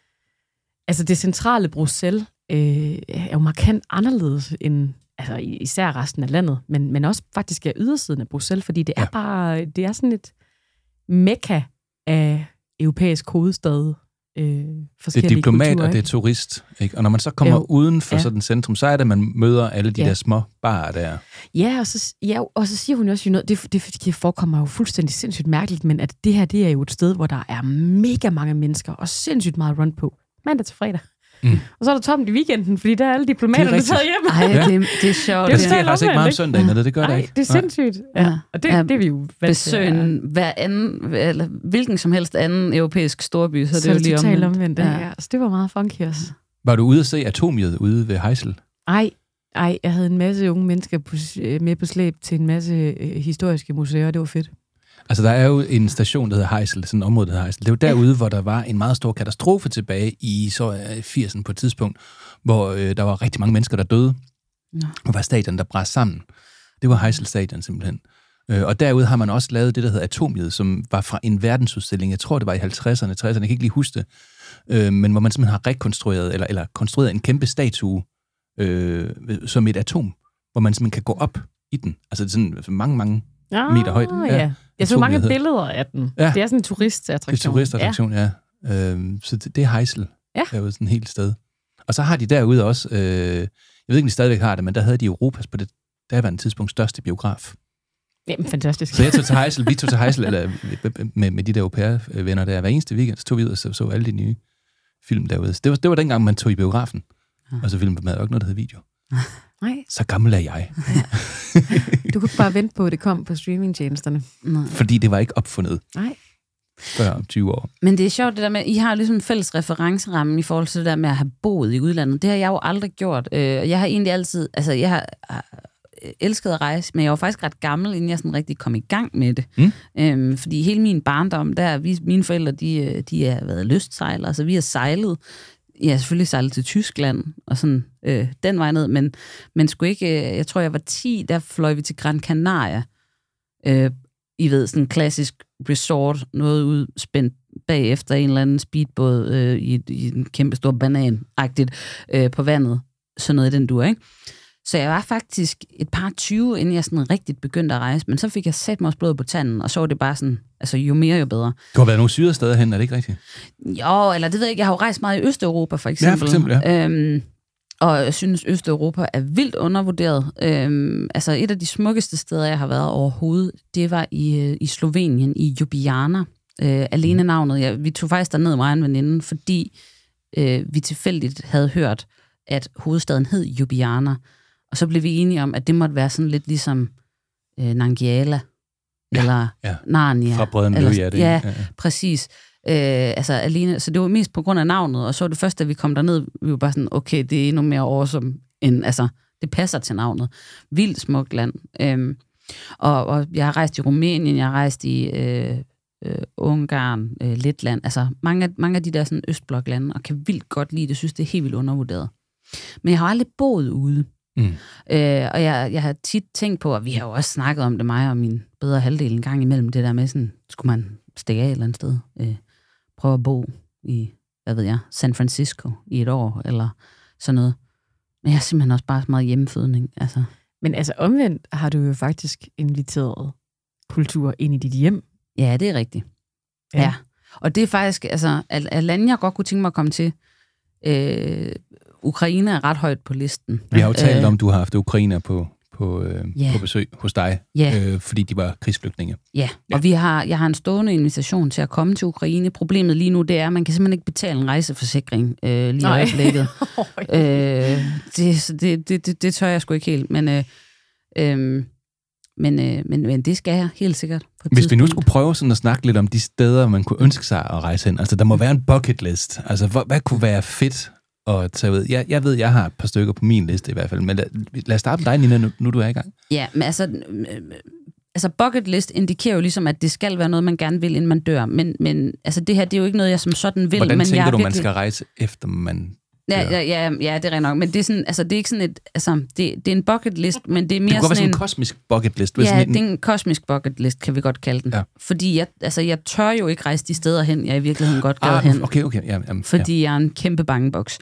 altså, det centrale Bruxelles øh, er jo markant anderledes end altså, især resten af landet, men, men også faktisk er ydersiden af Bruxelles, fordi det er ja. bare, det er sådan et mekka af europæisk hovedstad. Øh, det er diplomat, kulturer, og det er turist. Ikke? Og når man så kommer jo, uden for ja. sådan et centrum, så er det, at man møder alle de ja. der små barer der. Ja, og så, ja, og så siger hun jo også noget, det, det, det forekommer jo fuldstændig sindssygt mærkeligt, men at det her, det er jo et sted, hvor der er mega mange mennesker, og sindssygt meget run på. Mandag til fredag. Mm. Og så er der tomt i weekenden, fordi der er alle diplomaterne taget hjem. Ej, det, det er sjovt. Det, det sker faktisk ikke meget om søndagen, eller det gør Ej, det ikke. det er sindssygt. Ja. Ja. Og det, ja. det er vi jo besøgen hver anden, eller hvilken som helst anden europæisk storby, så, så det er jo lige omvendt. omvendt. Ja. Ja. Så det var meget funky også. Var du ude at se Atomiet ude ved Heysel? Ej, ej, jeg havde en masse unge mennesker på, med på slæb til en masse øh, historiske museer, og det var fedt. Altså, der er jo en station, der hedder Heysel, sådan et område, der hedder Heysel. Det var derude, ja. hvor der var en meget stor katastrofe tilbage i så firserne på et tidspunkt, hvor øh, der var rigtig mange mennesker, der døde, ja. og var stadion, der brændte sammen. Det var Heysel Stadion simpelthen. Øh, og derude har man også lavet det, der hedder Atomiet, som var fra en verdensudstilling. Jeg tror, det var i halvtredserne, tresserne, jeg kan ikke lige huske det. Øh, men hvor man simpelthen har rekonstrueret, eller, eller konstrueret en kæmpe statue øh, som et atom, hvor man simpelthen kan gå op i den. Altså sådan mange, mange ah, meter højt. Ja. Ja. Jeg så mange billeder af den. Ja. Det er sådan en turistattraktion. Det er turistattraktion, ja. ja. Øhm, så det, det er Heysel. Ja. Derude sådan et helt sted. Og så har de derude også, øh, jeg ved ikke, om de stadigvæk har det, men der havde de Europas på det daværende tidspunkt største biograf. Jamen, fantastisk. Så jeg tog til Heysel, vi tog til Heysel, eller med, med de der au pair-venner der, hver eneste weekend, så tog vi ud og så, så alle de nye film derude. Så det var, det var dengang, man tog i biografen. Ja. Og så filmede man også noget, der hed video. Nej. Så gammel er jeg. Ja. Du kunne bare vente på, at det kom på streamingtjenesterne. Nej. Fordi det var ikke opfundet. Nej. Før om tyve år. Men det er sjovt det der med, I har ligesom en fælles referenceramme i forhold til det der med at have boet i udlandet. Det har jeg jo aldrig gjort. Jeg har egentlig altid, altså jeg har elsket at rejse, men jeg var faktisk ret gammel, inden jeg sådan rigtig kom i gang med det. Mm. Øhm, fordi hele min barndom, der vi, mine forældre, de, de har været lystsejlere, så vi har sejlet. Jeg har selvfølgelig sejlet til Tyskland, og sådan øh, den vej ned, men, men skulle ikke, øh, jeg tror, jeg var ti, der fløj vi til Gran Canaria, øh, I ved, sådan en klassisk resort, noget ud spændt bagefter en eller anden speedbåd øh, i, i en kæmpe stor banan-agtigt øh, på vandet. Sådan noget i den dur, ikke? Så jeg var faktisk et par tyve, inden jeg sådan rigtigt begyndte at rejse, men så fik jeg sat mig også blod på tanden, og så var det bare sådan, altså jo mere, jo bedre. Du har været nogle syrede steder hen, er det ikke rigtigt? Jo, eller det ved jeg ikke, jeg har jo rejst meget i Østeuropa, for eksempel. Ja, for eksempel, ja. Øhm, og jeg synes, Østeuropa er vildt undervurderet. Øhm, altså et af de smukkeste steder, jeg har været overhovedet, det var i, i Slovenien, i Ljubljana. Øh, alene navnet. Ja, vi tog faktisk derned med en veninde, fordi øh, vi tilfældigt havde hørt, at hovedstaden hed Ljubljana. Og så blev vi enige om, at det måtte være sådan lidt ligesom øh, Nangijala, ja, eller ja. Narnia. Fra Brødrene eller, Løve, ja, det. Ja, ja, ja. præcis. Øh, altså alene, så det var mest på grund af navnet, og så var det første, da vi kom derned, vi var bare sådan, okay, det er endnu mere awesome, end, altså, det passer til navnet. Vildt smukt land. Øhm, og, og jeg har rejst i Rumænien, jeg har rejst i øh, øh, Ungarn, øh, Letland, altså mange, mange af de der sådan østbloklande, og kan vildt godt lide det, synes det er helt vildt undervurderet. Men jeg har aldrig boet ude. Mm. Øh, og jeg, jeg har tit tænkt på, og vi har jo også snakket om det, mig og min bedre halvdel en gang imellem, det der med sådan, skulle man stikke af et eller andet sted, øh, prøve at bo i, hvad ved jeg, San Francisco i et år, eller sådan noget. Men jeg er simpelthen også bare så meget hjemmefødning, altså. Men altså omvendt har du jo faktisk inviteret kultur ind i dit hjem. Ja, det er rigtigt. Ja. ja. Og det er faktisk, altså, af lande, jeg godt kunne tænke mig at komme til, øh, Ukraine er ret højt på listen. Vi har jo talt øh, om, du har haft ukrainer på, på, øh, yeah. på besøg hos dig, yeah. øh, fordi de var krigsflygtninge. Ja, ja. Og vi har, jeg har en stående invitation til at komme til Ukraine. Problemet lige nu, det er, at man kan simpelthen ikke betale en rejseforsikring øh, lige i øjeblikket. øh, det, det, det, det, det tør jeg sgu ikke helt, men, øh, øh, men, øh, men, men det skal jeg helt sikkert. På Hvis vi nu skulle prøve sådan at snakke lidt om de steder, man kunne ønske sig at rejse hen, altså der må være en bucket list. Altså hvad, hvad kunne være fedt at tage ud? Jeg, jeg ved, jeg har et par stykker på min liste i hvert fald, men lad, lad os starte med dig, Nina, nu, nu du er i gang. Ja, men altså, øh, altså bucket list indikerer jo ligesom, at det skal være noget, man gerne vil, inden man dør, men, men altså det her, det er jo ikke noget, jeg som sådan vil. Hvordan men tænker jeg du, virkelig... man skal rejse efter man... Ja, ja, ja, ja, det er rigtig nok, men det er sådan, altså det er ikke sådan et, altså det, det er en bucket list, men det er mere det kunne sådan sådan en... en kosmisk bucket list. Ja, sådan en... det er en kosmisk bucket list, kan vi godt kalde den. Ja. Fordi jeg, altså jeg tør jo ikke rejse de steder hen, jeg i virkeligheden godt gad ah, hen. Okay, okay, ja, jamen, fordi ja. jeg er en kæmpe bangeboks.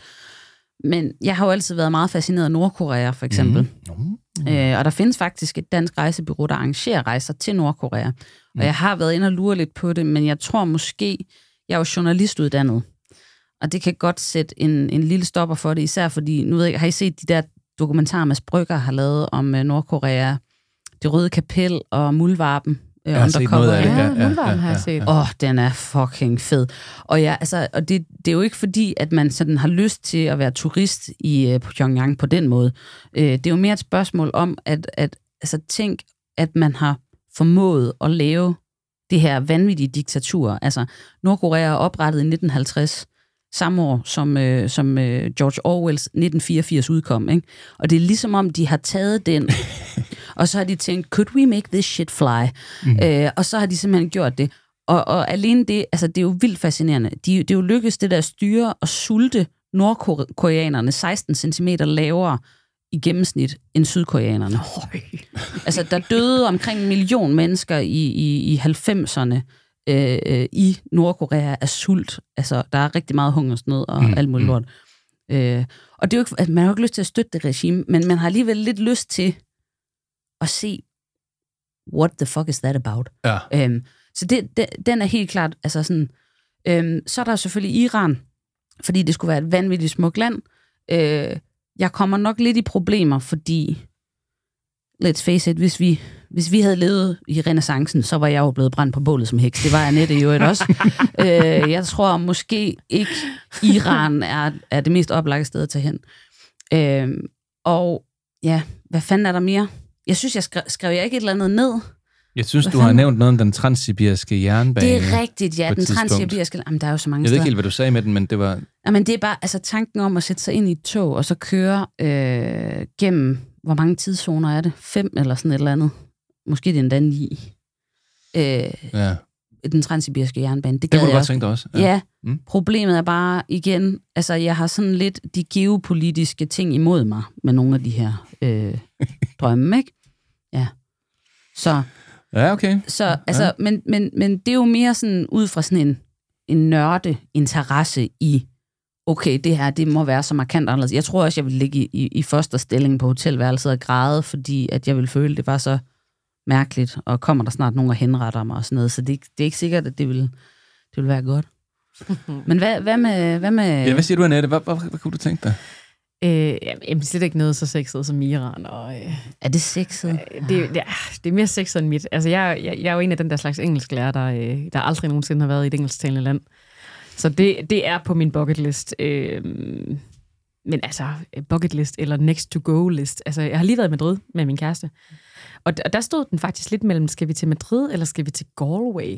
Men jeg har jo altid været meget fascineret af Nordkorea, for eksempel. Mm-hmm. Øh, og der findes faktisk et dansk rejsebureau, der arrangerer rejser til Nordkorea. Mm. Og jeg har været inde og lure lidt på det, men jeg tror måske, jeg er jo journalistuddannet. Og det kan godt sætte en, en lille stopper for det, især fordi, nu ved jeg, har I set de der dokumentarer, Mads Brygger har lavet om uh, Nordkorea, Det Røde Kapel og Muldvarpen? Jeg har set noget af det. Ja, ja, Muldvarpen ja, har jeg set. Åh, oh, den er fucking fed. Og, ja, altså, og det, det er jo ikke fordi, at man sådan har lyst til at være turist i uh, Pyongyang på den måde. Uh, det er jo mere et spørgsmål om, at, at altså, tænk, at man har formået at lave det her vanvittige diktatur. Altså, Nordkorea er oprettet i nitten halvtreds, samme år, som, øh, som øh, George Orwells nitten fireogfirs udkom. Ikke? Og det er ligesom om, de har taget den, og så har de tænkt, could we make this shit fly? Mm. Øh, og så har de simpelthen gjort det. Og, og alene det, altså det er jo vildt fascinerende. De, det er jo lykkedes det der styre og sulte nordkoreanerne seksten centimeter lavere i gennemsnit end sydkoreanerne. Altså, der døde omkring en million mennesker i, i, i halvfemserne øh, i Nordkorea af sult. Altså, der er rigtig meget hungersnød og mm, alt muligt lort. Mm. Øh, og det er jo ikke, at man har jo ikke lyst til at støtte det regime, men man har alligevel lidt lyst til at se, what the fuck is that about? Ja. Øhm, så det, det, den er helt klart, altså sådan, øhm, så er der selvfølgelig Iran, fordi det skulle være et vanvittigt smukt land. Øh, jeg kommer nok lidt i problemer, fordi, let's face it, hvis vi, hvis vi havde levet i renaissancen, så var jeg jo blevet brændt på bålet som heks. Det var Annette jo også. øh, jeg tror måske ikke, Iran er, er det mest oplagte sted at tage hen. Øh, og ja, hvad fanden er der mere? Jeg synes, jeg skrev, skrev jeg ikke et eller andet ned? Jeg synes, hvad du har nævnt noget om den transsibiriske jernbane. Det er rigtigt, ja, den transsibiriske. Jamen, der er jo så mange Jeg steder. ved ikke helt, hvad du sagde med den, men det var... Jamen, det er bare altså tanken om at sætte sig ind i et tog, og så køre øh, gennem, hvor mange tidszoner er det? Fem eller sådan et eller andet. Måske det er endda ni. Øh, ja. Den transsibiriske jernbane. Det, det kunne du godt tænke dig også. Ja, ja mm. Problemet er bare, igen, altså jeg har sådan lidt de geopolitiske ting imod mig, med nogle af de her øh, drømme, ikke? Ja. Så... Ja, okay. Så, altså, ja. men, men, men det er jo mere sådan ud fra sådan en, en nørde interesse i, okay, det her, det må være så markant anderledes. Jeg tror også, jeg vil ligge i, i, i første stilling på hotelværelset og græde, fordi at jeg vil føle, det var så mærkeligt, og kommer der snart nogen og henretter mig og sådan noget, så det, det er ikke sikkert, at det vil, det vil være godt. Men hvad, hvad med... Hvad med ja, hvad siger du, Annette? Hvad, hvad, hvad, hvad kunne du tænke dig? Øh, jamen, slet ikke noget så sexet som Iran. Og, øh, er det sexet? Øh, det, det, det er mere sexet end mit. Altså, jeg, jeg, jeg er jo en af den der slags engelsklærer, der, øh, der aldrig nogensinde har været i et engelsktalende land. Så det, det er på min bucket list. Øh, men altså, bucket list eller next to go list. Altså, jeg har lige været i Madrid med min kæreste. Og der, der stod den faktisk lidt mellem, skal vi til Madrid, eller skal vi til Galway?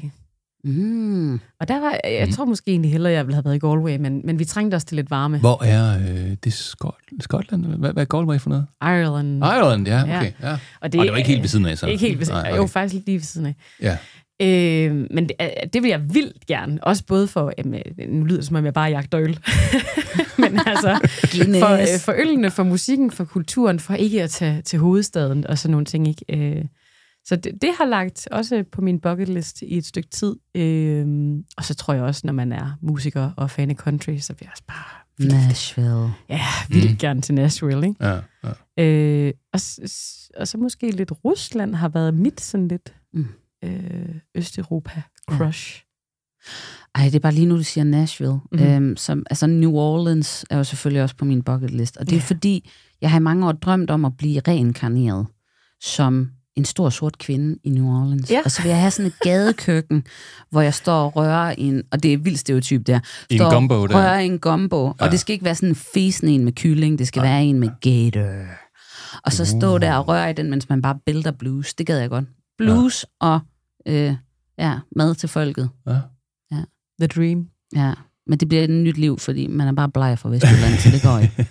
Mm. Og der var, jeg tror måske egentlig hellere, jeg ville have været i Galway, men, men vi trængte os til lidt varme. Hvor er øh, det Skot- Skotland? Hvad, hvad er Galway for noget? Ireland. Ireland, ja, okay. Ja. Og det, og det var ikke helt ved siden af, så? Ikke helt ved siden af. Okay. Jo, faktisk lidt lige ved siden af. Ja. Øh, men det, det vil jeg vildt gerne. Også både for, jamen, nu lyder det som om jeg bare jagter øl. men altså, for, øh, for ølene, for musikken, for kulturen, for ikke at tage til hovedstaden og sådan nogle ting, ikke? Øh, Så det, det har lagt også på min bucket list i et stykke tid. Øhm, og så tror jeg også, når man er musiker og fan af country, så vil jeg også bare... Vildt, Nashville. Ja, vildt mm. gerne til Nashville, ikke? Ja, ja. Øh, og, og så måske lidt Rusland har været mit sådan lidt mm. øh, Østeuropa-crush. Ej, det er bare lige nu, du siger Nashville. Mm-hmm. Øhm, som, altså New Orleans er jo selvfølgelig også på min bucket list. Og det er Ja. fordi, jeg har i mange år drømt om at blive reinkarneret som en stor sort kvinde i New Orleans. Ja. Og så vil jeg have sådan et gadekøkken, hvor jeg står og rører i en, og det er et vildt stereotyp der, I en står gumbo og der. rører i en gumbo, Ja. og det skal ikke være sådan en fesen en med kylling, det skal Ja. være en med gator. Og så stå der og røre i den, mens man bare bælter blues. Det gad jeg godt. Blues ja. og øh, ja, mad til folket. Ja. Ja. The dream. Ja, men det bliver et nyt liv, fordi man er bare bleg fra Vestjylland, så det går ikke.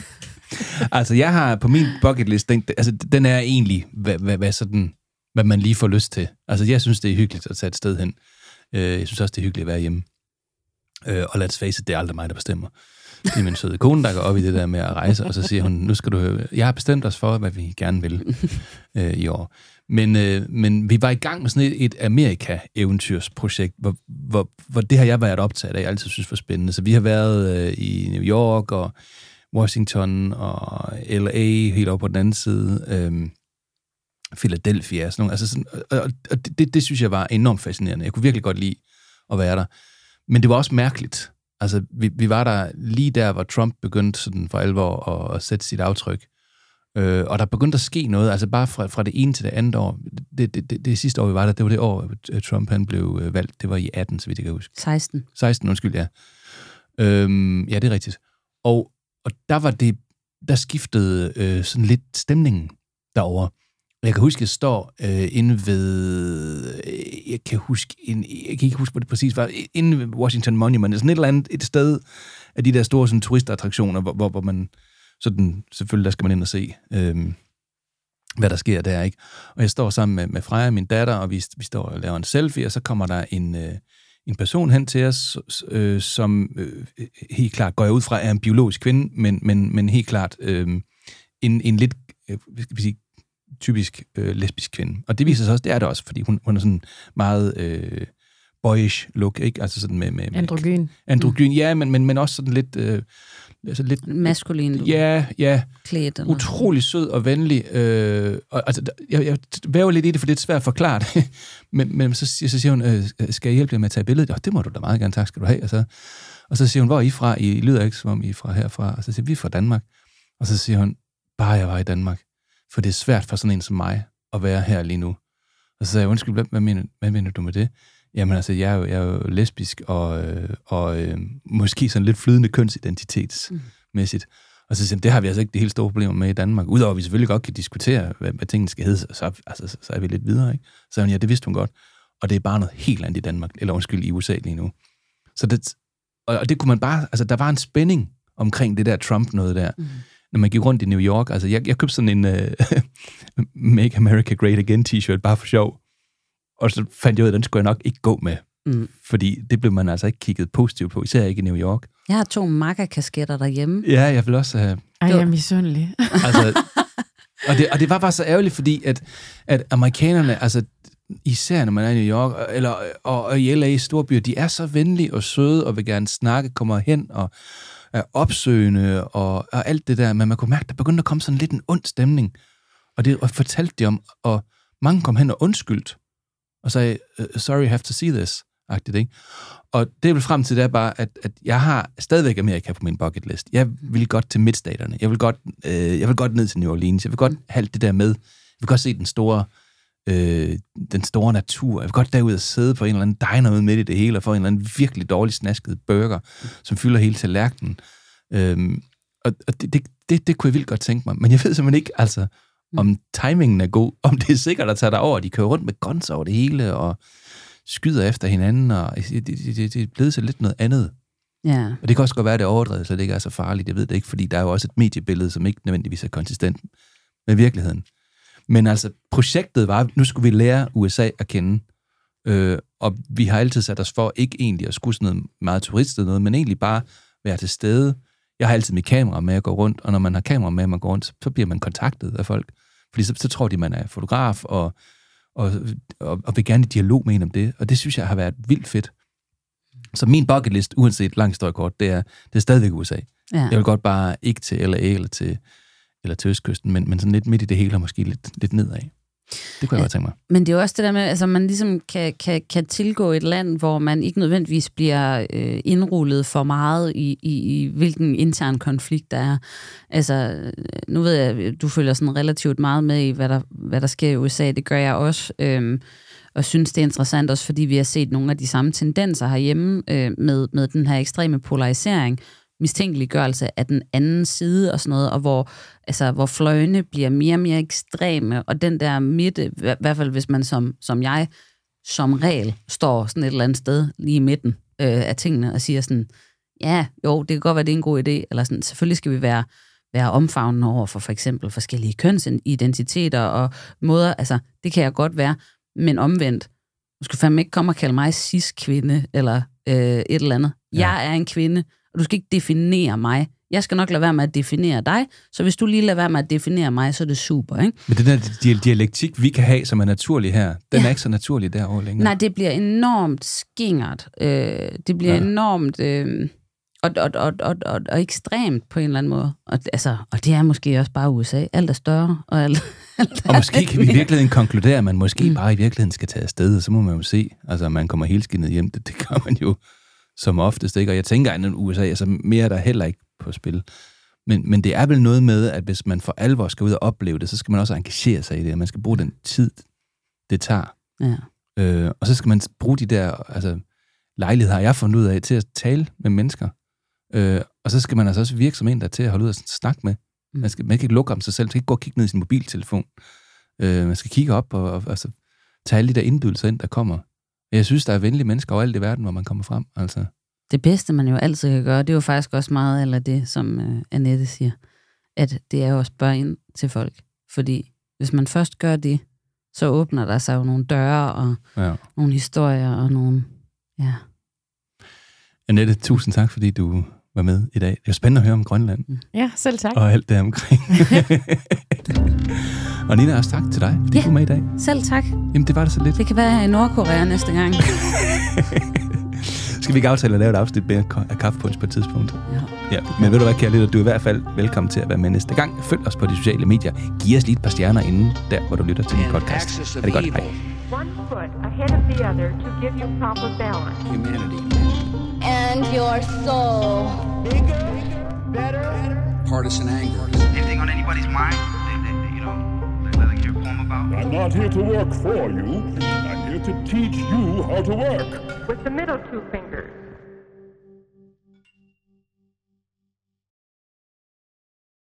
Altså, jeg har på min bucket list, den, altså, den er egentlig, hvad, hvad, hvad, sådan, hvad man lige får lyst til. Altså, jeg synes, det er hyggeligt at tage et sted hen. Uh, jeg synes også, det er hyggeligt at være hjemme. Uh, og let's face it, det er aldrig mig, der bestemmer. Det er min søde kone, der går op i det der med at rejse, og så siger hun, nu skal du høre, jeg har bestemt os for, hvad vi gerne vil uh, i år. Men, uh, men vi var i gang med sådan et, et Amerika-eventyrsprojekt, hvor, hvor, hvor det har jeg været optaget af, jeg altid synes var spændende. Så vi har været uh, i New York og Washington og L A helt over på den anden side, øhm, Philadelphia, sådan nogle, altså sådan, og, og det, det synes jeg var enormt fascinerende. Jeg kunne virkelig godt lide at være der. Men det var også mærkeligt. Altså, vi, vi var der lige der, hvor Trump begyndte sådan for alvor at, at sætte sit aftryk. Øh, og der begyndte at ske noget, altså bare fra, fra det ene til det andet år. Det, det, det, det sidste år, vi var der, det var det år, Trump han blev valgt. Det var i atten, så vidt jeg kan huske. seksten. seksten, undskyld, ja. Øhm, ja, det er rigtigt. Og Og der var det, der skiftede øh, sådan lidt stemningen derovre. Og jeg kan huske, at jeg står øh, inde ved, øh, jeg kan huske, en, jeg kan ikke huske, hvor det præcis var, inde ved Washington Monument, sådan et eller andet et sted af de der store sådan, turistattraktioner, hvor, hvor, hvor man sådan, selvfølgelig der skal man ind og se, øh, hvad der sker der, ikke? Og jeg står sammen med, med Freja, min datter, og vi, vi står og laver en selfie, og så kommer der en... Øh, en person hen til os, øh, som øh, helt klart går jeg ud fra, er en biologisk kvinde, men, men, men helt klart øh, en, en lidt, øh, skal vi sige, typisk øh, lesbisk kvinde. Og det viser sig også, det er det også, fordi hun, hun er sådan meget øh, boyish look, ikke? Altså sådan med... med, med androgyn. Androgyn, mm. ja, men, men, men også sådan lidt... Øh, altså lidt maskulin look. Ja, ja. Klædt. Utrolig sød og venlig. Øh, og, altså, jeg, jeg væver lidt i det, for det er svært at forklare det. men, men så, så siger hun, øh, skal jeg hjælpe dig med at tage billedet? Og det må du da meget gerne, tak skal du have. Og så, og så siger hun, hvor er I fra? I lyder ikke, som om I er fra herfra. Og så siger vi er fra Danmark. Og så siger hun, bare jeg var i Danmark. For det er svært for sådan en som mig at være her lige nu. Og så sagde jeg, undskyld, hvad, hvad, mener, hvad mener du med det? Jamen altså, jeg er jo, jeg er jo lesbisk og, øh, og øh, måske sådan lidt flydende kønsidentitetsmæssigt. Mm. Og så siger jeg, det har vi altså ikke de helt store problemer med i Danmark. Udover at vi selvfølgelig godt kan diskutere, hvad, hvad tingene skal hedde, så, altså, så, så er vi lidt videre, ikke? Så sagde hun, ja, det vidste hun godt. Og det er bare noget helt andet i Danmark, eller undskyld, i U S A lige nu. Så det, og, og det kunne man bare, altså der var en spænding omkring det der Trump-noget der. Mm. Når man gik rundt i New York, altså jeg, jeg købte sådan en uh, Make America Great Again t-shirt, bare for sjov. Og så fandt jeg ud af, at den skulle jeg nok ikke gå med. Mm. Fordi det blev man altså ikke kigget positivt på, især ikke i New York. Jeg har to makkakasketter derhjemme. Ja, jeg vil også have... Ej, jeg er misundelig. Altså, og, det, og det var bare så ærgerligt, fordi at, at amerikanerne, altså, især når man er i New York, eller, og, og i L A storbyer, de er så venlige og søde, og vil gerne snakke, kommer hen og er opsøgende, og, og alt det der, men man kunne mærke, der begyndte at komme sådan lidt en ond stemning, og det og fortalte de om, og mange kom hen og undskyldt, og sagde, sorry, I have to see this, agtigt, ikke? Og det jeg vil frem til, det er bare, at, at jeg har stadigvæk Amerika på min bucket list. Jeg vil godt til midtstaterne. Jeg vil godt, øh, jeg vil godt ned til New Orleans. Jeg vil godt have det der med. Jeg vil godt se den store, øh, den store natur. Jeg vil godt derud og sidde på en eller anden diner ude midt i det hele, og få en eller anden virkelig dårlig snasket burger, som fylder hele tallerkenen. Øhm, og og det, det, det, det kunne jeg vildt godt tænke mig. Men jeg ved simpelthen ikke, altså, om timingen er god, om det er sikkert at tage dig over. De kører rundt med guns over det hele, og skyder efter hinanden, og det, det, det, det er blevet så lidt noget andet. Ja. Og det kan også godt være, at det er overdrevet, så det ikke er så farligt. Jeg ved det ikke, fordi der er jo også et mediebillede, som ikke nødvendigvis er konsistent med virkeligheden. Men altså, projektet var, nu skulle vi lære U S A at kende, øh, og vi har altid sat os for ikke egentlig at skulle sådan noget meget turistet noget, men egentlig bare være til stede. Jeg har altid mit kamera med at gå rundt, og når man har kamera med at man går rundt, så bliver man kontaktet af folk, fordi så, så tror de, man er fotograf, og Og, og, og vil gerne i dialog med en om det, og det synes jeg har været vildt fedt. Så min bucket list, uanset lang historie kort, det er, det er stadigvæk U S A. Ja. Jeg vil godt bare ikke til L A eller til, eller til Østkysten, men, men sådan lidt midt i det hele, og måske lidt, lidt nedad. Det kunne jeg ja, godt tænke mig. Men det er jo også det der med, altså man ligesom kan, kan, kan tilgå et land, hvor man ikke nødvendigvis bliver øh, indrullet for meget i, i, i hvilken intern konflikt der er. Altså, nu ved jeg, du følger sådan relativt meget med i, hvad der, hvad der sker i U S A. Det gør jeg også, øh, og synes, det er interessant også, fordi vi har set nogle af de samme tendenser herhjemme øh, med, med den her ekstreme polarisering, mistænkeliggørelse af den anden side og sådan noget, og hvor, altså, hvor fløjene bliver mere og mere ekstreme, og den der midte, i hvert fald hvis man som, som jeg, som regel står sådan et eller andet sted lige i midten øh, af tingene, og siger sådan, ja, jo, det kan godt være, det er en god idé, eller sådan, selvfølgelig skal vi være, være omfavnende over for for eksempel forskellige kønsidentiteter og måder, altså, det kan jeg godt være, men omvendt, du skal fandme ikke komme og kalde mig cis-kvinde, eller øh, et eller andet. Ja. Jeg er en kvinde, og du skal ikke definere mig. Jeg skal nok lade være med at definere dig, så hvis du lige lader være med at definere mig, så er det super, ikke? Men den der dialektik, vi kan have, som er naturlig her, den ja. er ikke så naturlig derovre længere. Nej, det bliver enormt skingert. Øh, det bliver ja. enormt øh, og, og, og, og, og, og ekstremt på en eller anden måde. Og, altså, og det er måske også bare U S A. Alt er større, og alt, alt Og måske kan vi i virkeligheden konkludere, at man måske mm. bare i virkeligheden skal tage afsted, og så må man jo se, altså man kommer helskindet hjem, det, det gør man jo som oftest, ikke? Og jeg tænker, at U S A, altså mere er der heller ikke på spil. Men, men det er vel noget med, at hvis man for alvor skal ud og opleve det, så skal man også engagere sig i det, og man skal bruge den tid, det tager. Ja. Øh, og så skal man bruge de der altså, lejligheder, jeg har fundet ud af, til at tale med mennesker. Øh, og så skal man altså også virke som en, der er til at holde ud og snakke med. Man, skal, man kan ikke lukke om sig selv, man skal ikke gå og kigge ned i sin mobiltelefon. Øh, man skal kigge op og, og altså, tage alle de der indbydelser ind, der kommer. Jeg synes, der er venlige mennesker overalt i verden, hvor man kommer frem. Altså. Det bedste, man jo altid kan gøre, det er jo faktisk også meget eller det, som uh, Annette siger, at det er jo at spørge ind til folk. Fordi hvis man først gør det, så åbner der sig jo nogle døre og ja. nogle historier og nogle... Ja. Annette, tusind tak, fordi du var med i dag. Det er spændende at høre om Grønland. Ja, selv tak. Og alt det omkring. Og Nina, også tak til dig, fordi ja, du var med i dag. Selv tak. Jamen, det var det så lidt. Det kan være, jeg er i Nordkorea næste gang. Skal vi ikke aftale at lave et afsnit mere af Kaffepunch på et tidspunkt? Ja. Ja, men ved du hvad, kære lytter, du er i hvert fald velkommen til at være med næste gang. Følg os på de sociale medier. Giv os lige et par stjerner inden, der hvor du lytter til din podcast. Ha' det godt, hej. One foot ahead of the other to give you proper balance. Humanity. And your soul. Bigger, better. Partisan anger. Anything on anybody's mind? They, they, you know, they'd like to hear a poem about? I'm not here to work for you. I'm here to teach you how to work. With the middle two fingers.